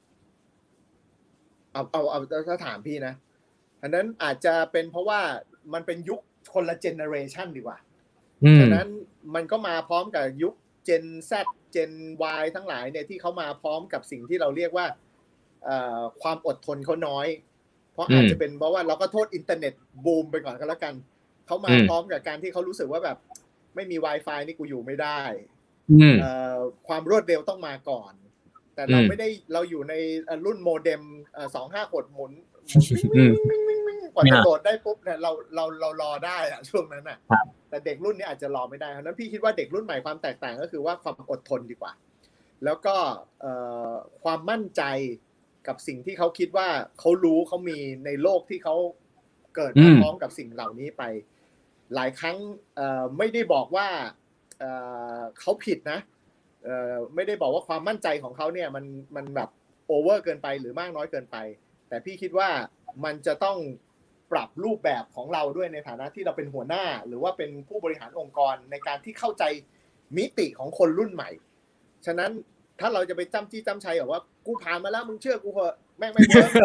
เอาถ้าถามพี่นะอันนั้นอาจจะเป็นเพราะว่ามันเป็นยุคคนละเจเนอเรชันดีกว่าฉะนั้นมันก็มาพร้อมกับยุค Gen Z Gen Y ทั้งหลายเนี่ยที่เขามาพร้อมกับสิ่งที่เราเรียกว่าความอดทนเขาน้อยเพราะอาจจะเป็นเพราะว่าเราก็โทษอินเทอร์เน็ตบูมไปก่อนก็แล้วกันเขามาพร้อมกับการที่เขารู้สึกว่าแบบไม่มี Wi-Fi นี่กูอยู่ไม่ได้ความรวดเร็วต้องมาก่อนแต่เราไม่ได้เราอยู่ในรุ่นโมเด็ม2-5 ขวดหมุนกว่าจะโหลดได้ปุ๊บเนี่ยเรารอได้อะช่วงนั้นอ่ะแต่เด็กรุ่นนี้อาจจะรอไม่ได้เพราะนั้นพี่คิดว่าเด็กรุ่นใหม่ความแตกต่างก็คือว่าความอดทนดีกว่าแล้วก็ความมั่นใจกับสิ่งที่เขาคิดว่าเขารู้เขามีในโลกที่เขาเกิดมาพร้อมกับสิ่งเหล่านี้ไปหลายครั้งไม่ได้บอกว่าเขาผิดนะไม่ได้บอกว่าความมั่นใจของเขาเนี่ยมันแบบโอเวอร์เกินไปหรือมากน้อยเกินไปแต่พี่คิดว่ามันจะต้องปรับรูปแบบของเราด้วยในฐานะที่เราเป็นหัวหน้าหรือว่าเป็นผู้บริหารองค์กรในการที่เข้าใจมิติของคนรุ่นใหม่ฉะนั้นถ้าเราจะไปจ้ำจี้จ้ำชัยบอกว่ากูผ่านมาแล้วมึงเชื่อกูเหอะแม่งไม่เวิร์ก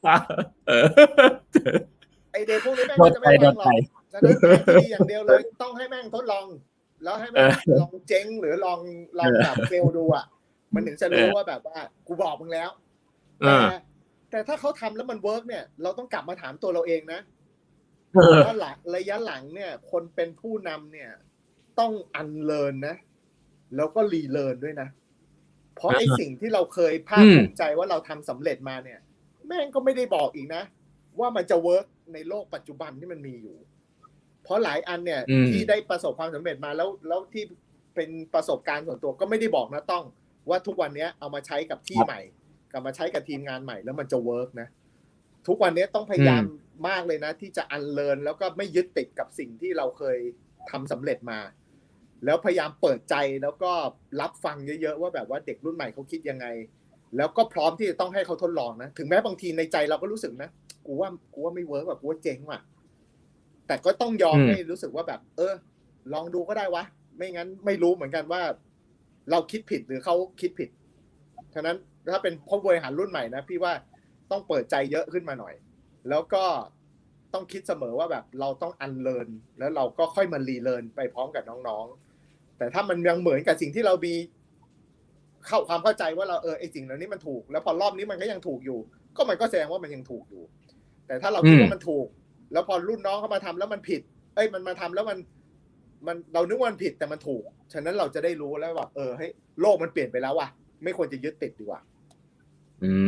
ไอเด็กพวกนี้แม่งจะไม่ฟังหรอกฉะนั้นที่อย่างเดียวเลยต้องให้แม่งทดลองแล้วให้แม่งลองเจ๊งหรือลองแบบเฟลดูอ่ะมันถึงจะรู้ว่าแบบว่ากูบอกมึงแล้วแต่ถ้าเขาทำแล้วมันเวิร์กเนี่ยเราต้องกลับมาถามตัวเราเองนะว่าระยะหลังเนี่ยคนเป็นผู้นำเนี่ยต้องอันเลิร์นนะแล้วก็รีเลิร์นด้วยนะเพราะไอ้สิ่งที่เราเคยภาคภูมิใจว่าเราทำสำเร็จมาเนี่ยแม่งก็ไม่ได้บอกอีกนะว่ามันจะเวิร์กในโลกปัจจุบันที่มันมีอยู่เพราะหลายอันเนี่ยที่ได้ประสบความสำเร็จมาแล้วที่เป็นประสบการณ์ส่วนตัวก็ไม่ได้บอกนะต้องว่าทุกวันนี้เอามาใช้กับที่ใหม่กลับมาใช้กับทีมงานใหม่แล้วมันจะเวิร์กนะทุกวันนี้ต้องพยายามมากเลยนะที่จะอันเลิร์นแล้วก็ไม่ยึดติดกับสิ่งที่เราเคยทำสำเร็จมาแล้วพยายามเปิดใจแล้วก็รับฟังเยอะๆว่าแบบว่าเด็กรุ่นใหม่เขาคิดยังไงแล้วก็พร้อมที่จะต้องให้เขาทดลองนะถึงแม้บางทีในใจเราก็รู้สึกนะกูว่าไม่เวิร์กแบบกูว่าเจ๊งว่ะแต่ก็ต้องยอมให้รู้สึกว่าแบบลองดูก็ได้วะไม่งั้นไม่รู้เหมือนกันว่าเราคิดผิดหรือเขาคิดผิดฉะนั้นถ้าเป็นผู้บริหารรุ่นใหม่นะพี่ว่าต้องเปิดใจเยอะขึ้นมาหน่อยแล้วก็ต้องคิดเสมอว่าแบบเราต้องอันเลิร์นแล้วเราก็ค่อยมารีเลิร์นไปพร้อมกับน้องๆแต่ถ้ามันยังเหมือนกับสิ่งที่เรามีความเข้าใจว่าเราไอ้สิ่งเหล่านี้มันถูกแล้วพอรอบนี้มันก็ยังถูกอยู่ก็มันก็แสดงว่ามันยังถูกอยู่แต่ถ้าเราคิดว่ามันถูกแล้วพอรุ่นน้องเขามาทำแล้วมันผิดมันมาทำแล้วมันเรานึกว่ามันผิดแต่มันถูกฉะนั้นเราจะได้รู้แล้วว่าเฮ้ยโลกมันเปลี่ยนไปแล้วว่ะไม่ควรจะยึดติดดีกว่า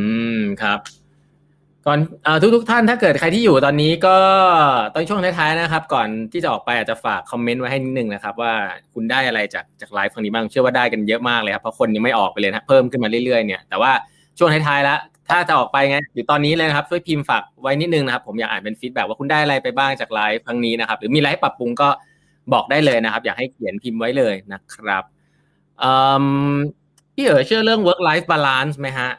ครับก่อนทุกท่านถ้าเกิดใครที่อยู่ตอนนี้ก็ตอนช่วงท้ายๆนะครับก่อนที่จะออกไปอาจจะฝากคอมเมนต์ไว้ให้นิดนึงนะครับว่าคุณได้อะไรจากไลฟ์ครั้งนี้บ้างเชื่อว่าได้กันเยอะมากเลยครับเพราะคนยังไม่ออกไปเลยนะเพิ่มขึ้นมาเรื่อยๆเนี่ยแต่ว่าช่วงท้ายๆแล้วถ้าจะออกไปไงอยู่ตอนนี้เลยนะครับช่วยพิมพ์ฝากไว้นิดนึงนะครับผมอยากอ่านเป็นฟีดแบ็กว่าคุณได้อะไรไปบ้างจากไลฟ์ครั้งนี้นะครับหรือมีอะไรให้ปรับปรุงก็บอกได้เลยนะครับอยากให้เขียนพิมพ์ไว้เลยนะครับพี่เชื่อเรื่อง work life balance ไหมฮะ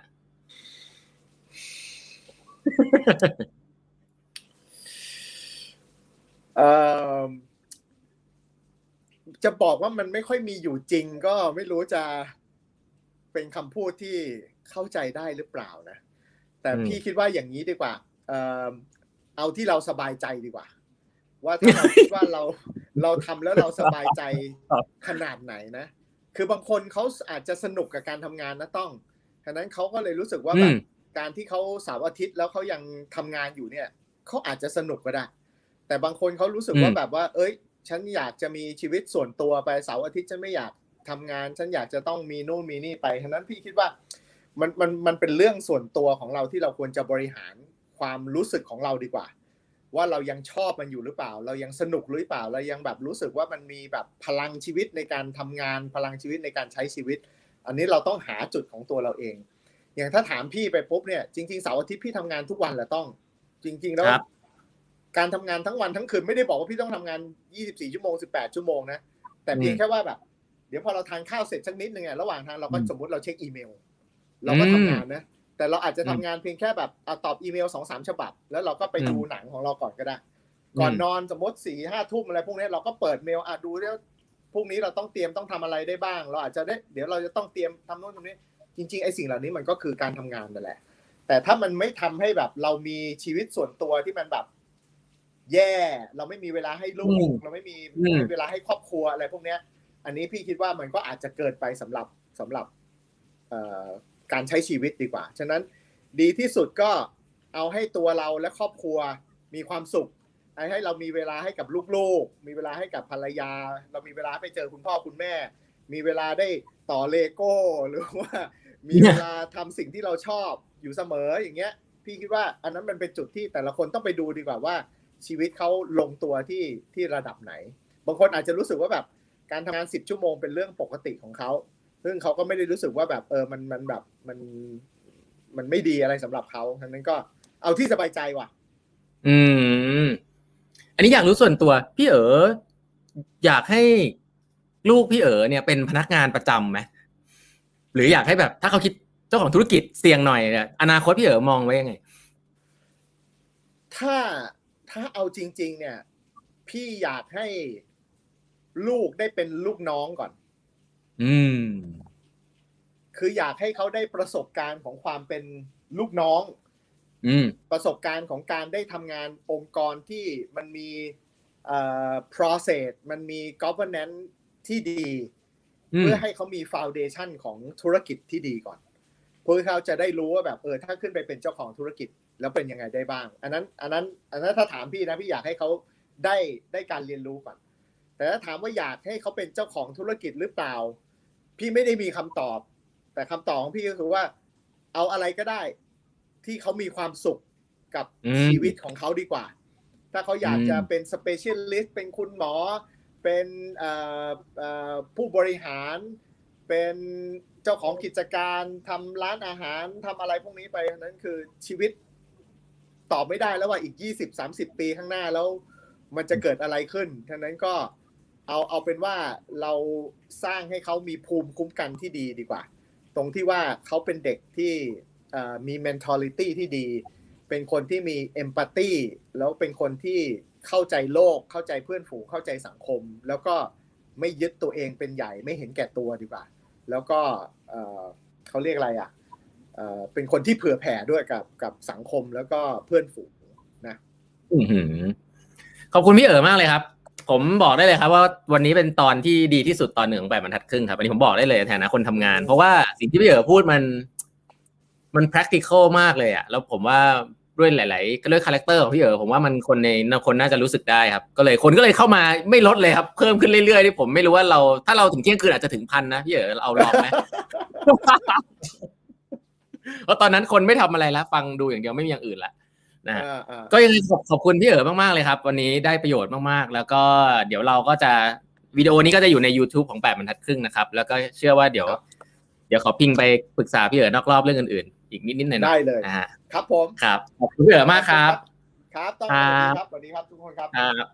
จะบอกว่ามันไม่ค่อยมีอยู่จริงก็ไม่รู้จะเป็นคำพูดที่เข้าใจได้หรือเปล่านะแต่พี่คิดว่าอย่างนี้ดีกว่าเอาที่เราสบายใจดีกว่าว่าถ้าเราคิดว่าเราทำแล้วเราสบายใจขนาดไหนนะคือบางคนเขาอาจจะสนุกกับการทำงานนะต้องฉะนั้นเขาก็เลยรู้สึกว่าแบบการที่เขาเสาร์อาทิตย์แล้วเขายังทำงานอยู่เนี่ยเขาอาจจะสนุกก็ได้แต่บางคนเขารู้สึกว่าแบบว่าเอ้ยฉันอยากจะมีชีวิตส่วนตัวไปเสาร์อาทิตย์ฉันไม่อยากทำงานฉันอยากจะต้องมีนู่นมีนี่ไปฉะนั้นพี่คิดว่ามันเป็นเรื่องส่วนตัวของเราที่เราควรจะบริหารความรู้สึกของเราดีกว่าว่าเรายังชอบมันอยู่หรือเปล่าเรายังสนุกหรือเปล่าเรายังแบบรู้สึกว่ามันมีแบบพลังชีวิตในการทำงานพลังชีวิตในการใช้ชีวิตอันนี้เราต้องหาจุดของตัวเราเองอย่างถ้าถามพี่ไปปุ๊บเนี่ยจริงๆเสาร์อาทิตย์พี่ทำงานทุกวันแหละต้องจริงๆแล้วการทำงานทั้งวันทั้งคืนไม่ได้บอกว่าพี่ต้องทำงาน24ชั่วโมง18ชั่วโมงนะแต่เพียงแค่ว่าแบบเดี๋ยวพอเราทานข้าวเสร็จสักนิดนึงระหว่างทางเราก็สมมติเราเช็คอีเมลเราก็ทำงานนะแต่เราอาจจะทำงานเพียงแค่แบบตอบอีเมล 2-3 ฉบับแล้วเราก็ไปดูหนังของเราก่อนก็ได้ก่อนนอนสมมติ 4-5 ทุ่มอะไรพวกนี้เราก็เปิดเมลดูแล้วพรุ่งนี้เราต้องเตรียมต้องทำอะไรได้บ้างเราอาจจะได้เดี๋ยวเราจะต้องเตรียมทำโน่นทำนี้จริงๆไอ้สิ่งเหล่านี้มันก็คือการทำงานนั่นแหละแต่ถ้ามันไม่ทำให้แบบเรามีชีวิตส่วนตัวที่มันแบบแย่เราไม่มีเวลาให้ลูกเราไม่มีเวลาให้ครอบครัวอะไรพวกนี้อันนี้พี่คิดว่ามันก็อาจจะเกินไปสำหรับการใช้ชีวิตดีกว่าฉะนั้นดีที่สุดก็เอาให้ตัวเราและครอบครัวมีความสุขให้เรามีเวลาให้กับลูกๆมีเวลาให้กับภรรยาเรามีเวลาไปเจอคุณพ่อคุณแม่มีเวลาได้ต่อเลโก้หรือว่ามีเวลาทำสิ่งที่เราชอบอยู่เสมออย่างเงี้ยพี่คิดว่าอันนั้นมันเป็นจุดที่แต่ละคนต้องไปดูดีกว่าว่าชีวิตเขาลงตัวที่ระดับไหนบางคนอาจจะรู้สึกว่าแบบการทำงาน10 ชั่วโมงเป็นเรื่องปกติของเขาซึ่งเขาก็ไม่ได้รู้สึกว่าแบบมันแบบมันไม่ดีอะไรสำหรับเขาฉะนั้นก็เอาที่สบายใจว่ะอันนี้อยากรู้ส่วนตัวพี่อยากให้ลูกพี่เนี่ยเป็นพนักงานประจำไหมหรืออยากให้แบบถ้าเขาคิดเจ้าของธุรกิจเสี่ยงหน่อยเนี่ยอนาคตพี่มองไว้ยังไงถ้าเอาจริงๆเนี่ยพี่อยากให้ลูกได้เป็นลูกน้องก่อนคืออยากให้เขาได้ประสบการณ์ของความเป็นลูกน้องประสบการณ์ของการได้ทำงานองค์กรที่มันมีprocess มันมี governance ที่ดีเพื่อให้เขามี foundation ของธุรกิจที่ดีก่อนเพื่อเขาจะได้รู้ว่าแบบถ้าขึ้นไปเป็นเจ้าของธุรกิจแล้วเป็นยังไงได้บ้างอันนั้นถ้าถามพี่นะพี่อยากให้เขาได้การเรียนรู้ก่อนแต่ถ้าถามว่าอยากให้เขาเป็นเจ้าของธุรกิจหรือเปล่าพี่ไม่ได้มีคำตอบแต่คำตอบของพี่ก็คือว่าเอาอะไรก็ได้ที่เขามีความสุขกับชีวิตของเขาดีกว่าถ้าเขาอยากจะเป็น specialist เป็นคุณหมอเป็นผู้บริหารเป็นเจ้าของกิจการทำร้านอาหารทำอะไรพวกนี้ไปนั้นคือชีวิตตอบไม่ได้แล้วว่าอีก 20-30 ปีข้างหน้าแล้วมันจะเกิดอะไรขึ้นฉะนั้นก็เอาเป็นว่าเราสร้างให้เขามีภูมิคุ้มกันที่ดีดีกว่าตรงที่ว่าเขาเป็นเด็กที่มี mentality ที่ดีเป็นคนที่มี empathy แล้วเป็นคนที่เข้าใจโลกเข้าใจเพื่อนฝูงเข้าใจสังคมแล้วก็ไม่ยึดตัวเองเป็นใหญ่ไม่เห็นแก่ตัวดีกว่าแล้วก็เขาเรียกอะไรเป็นคนที่เผื่อแผ่ด้วยกับสังคมแล้วก็เพื่อนฝูงนะขอบคุณพี่มากเลยครับผมบอกได้เลยครับว่าวันนี้เป็นตอนที่ดีที่สุดตอนหนึ่งของ8 บรรทัดครึ่งครับอันนี้ผมบอกได้เลยในฐานะคนทำงานเพราะว่าสิ่งที่พี่พูดมัน practical มากเลยแล้วผมว่าด้วยหลายๆด้วยคาแรคเตอร์ของพี่ผมว่ามันคนน่าจะรู้สึกได้ครับคนก็เลยเข้ามาไม่ลดเลยครับเพิ่มขึ้นเรื่อยๆที่ผมไม่รู้ว่าถ้าเราถึงเที่ยงคืนอาจจะถึง 1,000 นะพี่เอาลองไหมเพราะตอนนั้นคนไม่ทำอะไรแล้วฟังดูอย่างเดียวไม่มีอย่างอื่นละนะฮะก็ยังขอบคุณพี่มากๆเลยครับวันนี้ได้ประโยชน์มากๆแล้วก็เดี๋ยวเราก็จะวิดีโอนี้ก็จะอยู่ใน YouTube ของ8บรรทัดครึ่งนะครับแล้วก็เชื่อว่าเดี๋ยวขอพิงไปปรึกษาพี่นอกรอบเรื่องอื่นๆอีกนิดๆหน่อยๆได้เลยนะฮะครับผมครับขอบคุณพี่มากครับครับต้องสวัสดีครับทุกคนครับ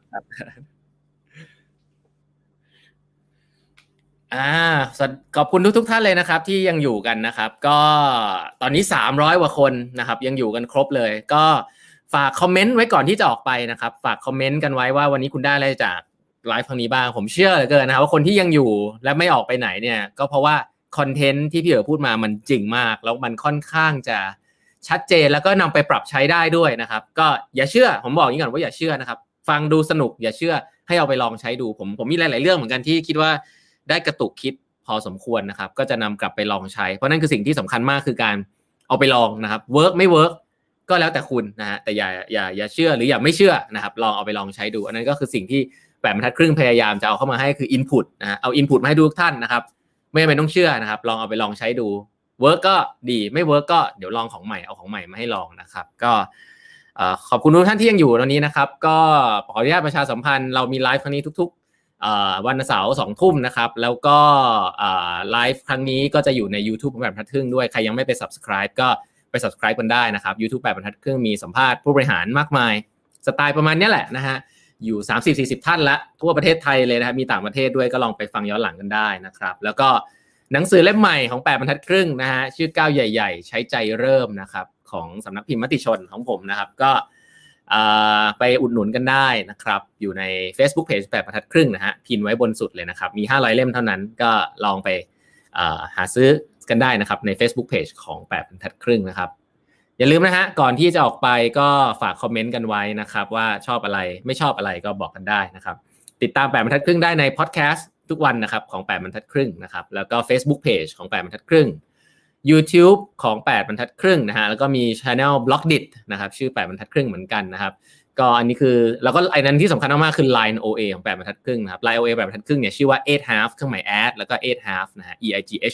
ขอบคุณทุกท่านเลยนะครับที่ยังอยู่กันนะครับก็ตอนนี้300กว่าคนนะครับยังอยู่กันครบเลยก็ฝากคอมเมนต์ไว้ก่อนที่จะออกไปนะครับฝากคอมเมนต์กันไว้ว่าวันนี้คุณได้อะไรจากไลฟ์ครั้งนี้บ้างผมเชื่อเหลือเกินนะครับว่าคนที่ยังอยู่และไม่ออกไปไหนเนี่ยก็เพราะว่าคอนเทนต์ที่พี่พูดมามันจริงมากแล้วมันค่อนข้างจะชัดเจนแล้วก็นำไปปรับใช้ได้ด้วยนะครับก็อย่าเชื่อผมบอกอย่างนี้ก่อนว่าอย่าเชื่อนะครับฟังดูสนุกอย่าเชื่อให้เอาไปลองใช้ดูผมมีหลายๆเรื่องเหมือนกันที่คิดว่าได้กระตุกคิดพอสมควรนะครับก็จะนำกลับไปลองใช้เพราะนั่นคือสิ่งที่สำคัญมากคือการเอาไปลองนะครับเวิร์กไม่เวิร์กก็แล้วแต่คุณนะฮะแต่อย่าเชื่อหรืออย่าไม่เชื่อนะครับลองเอาไปลองใช้ดูอันนั้นก็คือสิ่งที่8บรรทัดครึ่งพยายามจะเอาเข้ามาให้คือ input นะฮะเอา input มาให้ทุกท่านนะครับไม่จำเป็นต้องเชื่อนะครับลองเอาไปลองใช้ดูเวิร์กก็ดีไม่เวิร์กก็เดี๋ยวลองของใหม่เอาของใหม่มาให้ลองนะครับก็ขอบคุณทุกท่านที่ยังอยู่ตอนนี้นะครับก็ขออนุญาตประชาสัมพันธ์เรามีไลฟ์ครั้งนี้ทุกๆวันเสาร์ 20:00 นนะครับแล้วก็ไลฟ์ครั้งนี้ก็จะอยู่ใน YouTube ของ8บรรทัดครึ่งด้วยใครยังไม่ไป Subscribe ก็ไป Subscribe กันได้นะครับ YouTube 8บรรทัดครึ่งมีสัมภาษณ์ผู้บริหารมากมายสไตล์ประมาณนี้แหละนะฮะอยู่ 30-40 ท่านละทั่วประเทศไทยเลยนะครับมีต่างประเทศด้วยก็ลองไปฟังย้อนหลังกันได้นะครับแล้วก็หนังสือเล่มใหม่ของ8บรรทัดครึ่งนะฮะชื่อก้าวใหญ่ๆใช้ใจเริ่มนะครับของสำนักพิมพ์มติชนของผมนะครับก็ไปอุดหนุนกันได้นะครับอยู่ใน Facebook Page 8บรรทัดครึ่งนะฮะพิมพ์ไว้บนสุดเลยนะครับมี500เล่มเท่านั้นก็ลองไปหาซื้อกันได้นะครับใน Facebook Page ของ8บรรทัดครึ่งนะครับอย่าลืมนะฮะก่อนที่จะออกไปก็ฝากคอมเมนต์กันไว้นะครับว่าชอบอะไรไม่ชอบอะไรก็บอกกันได้นะครับติดตาม8บรรทัดครึ่งได้ในพอดแคสต์ทุกวันนะครับของ8บรรทัดครึ่งนะครับแล้วก็ Facebook Page ของ8บรรทัดครึ่ง YouTube ของ8บรรทัดครึ่งนะฮะแล้วก็มี Channel Blockdit นะครับชื่อ8บรรทัดครึ่งเหมือนกันนะครับก็อันนี้คือแล้วก็ไอ้นั้นที่สำคัญมากๆคือ Line OA ของ8บรรทัดครึ่งนะครับ Line OA 8บรรทัดครึ่งเนี่ยชื่อว่า8 half เครื่องหมาย add แล้วก็8 half นะฮะ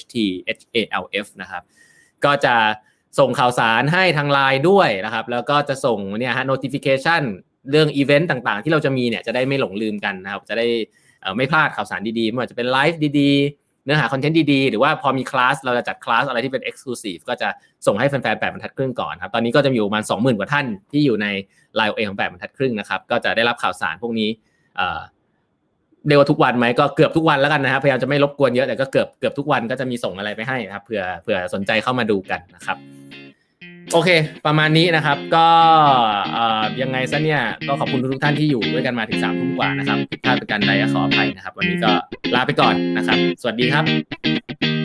EIGHTHALF นะครับก็จะส่งข่าวสารให้ทาง Line ด้วยนะครับแล้วก็จะส่งเนี่ยฮะ notification เรื่องอีเวนต์ต่างๆที่เราจะมีเนี่ยจะได้ไม่หลงลืมกันนะครับจะได้ไม่พลาดข่าวสารดีๆไม่ว่าจะเป็นไลฟ์ดีๆเนื้อหาคอนเทนต์ดีๆหรือว่าพอมีคลาสเราจะจัดคลาสอะไรที่เป็น Exclusive ก็จะส่งให้แฟนๆ8บรรทัดครึ่งก่อนครับตอนนี้ก็จะมีอยู่ประมาณ 20,000 กว่าท่านที่อยู่ใน Line OA ของ8บรรทัดครึ่งนะครับก็จะได้รับข่าวสารพวกนี้เรียกว่าทุกวันไหมก็เกือบทุกวันแล้วกันนะครับพยายามจะไม่รบกวนเยอะแต่ก็เกือบทุกวันก็จะมีส่งอะไรไปให้นะครับเผื่อสนใจเข้ามาดูกันนะครับโอเคประมาณนี้นะครับก็ยังไงซะเนี่ยก็ขอบคุณทุกท่านที่อยู่ด้วยกันมาถึง 3 ทุ่มกว่านะครับผิดพลาดประการใดขออภัยนะครับวันนี้ก็ลาไปก่อนนะครับสวัสดีครับ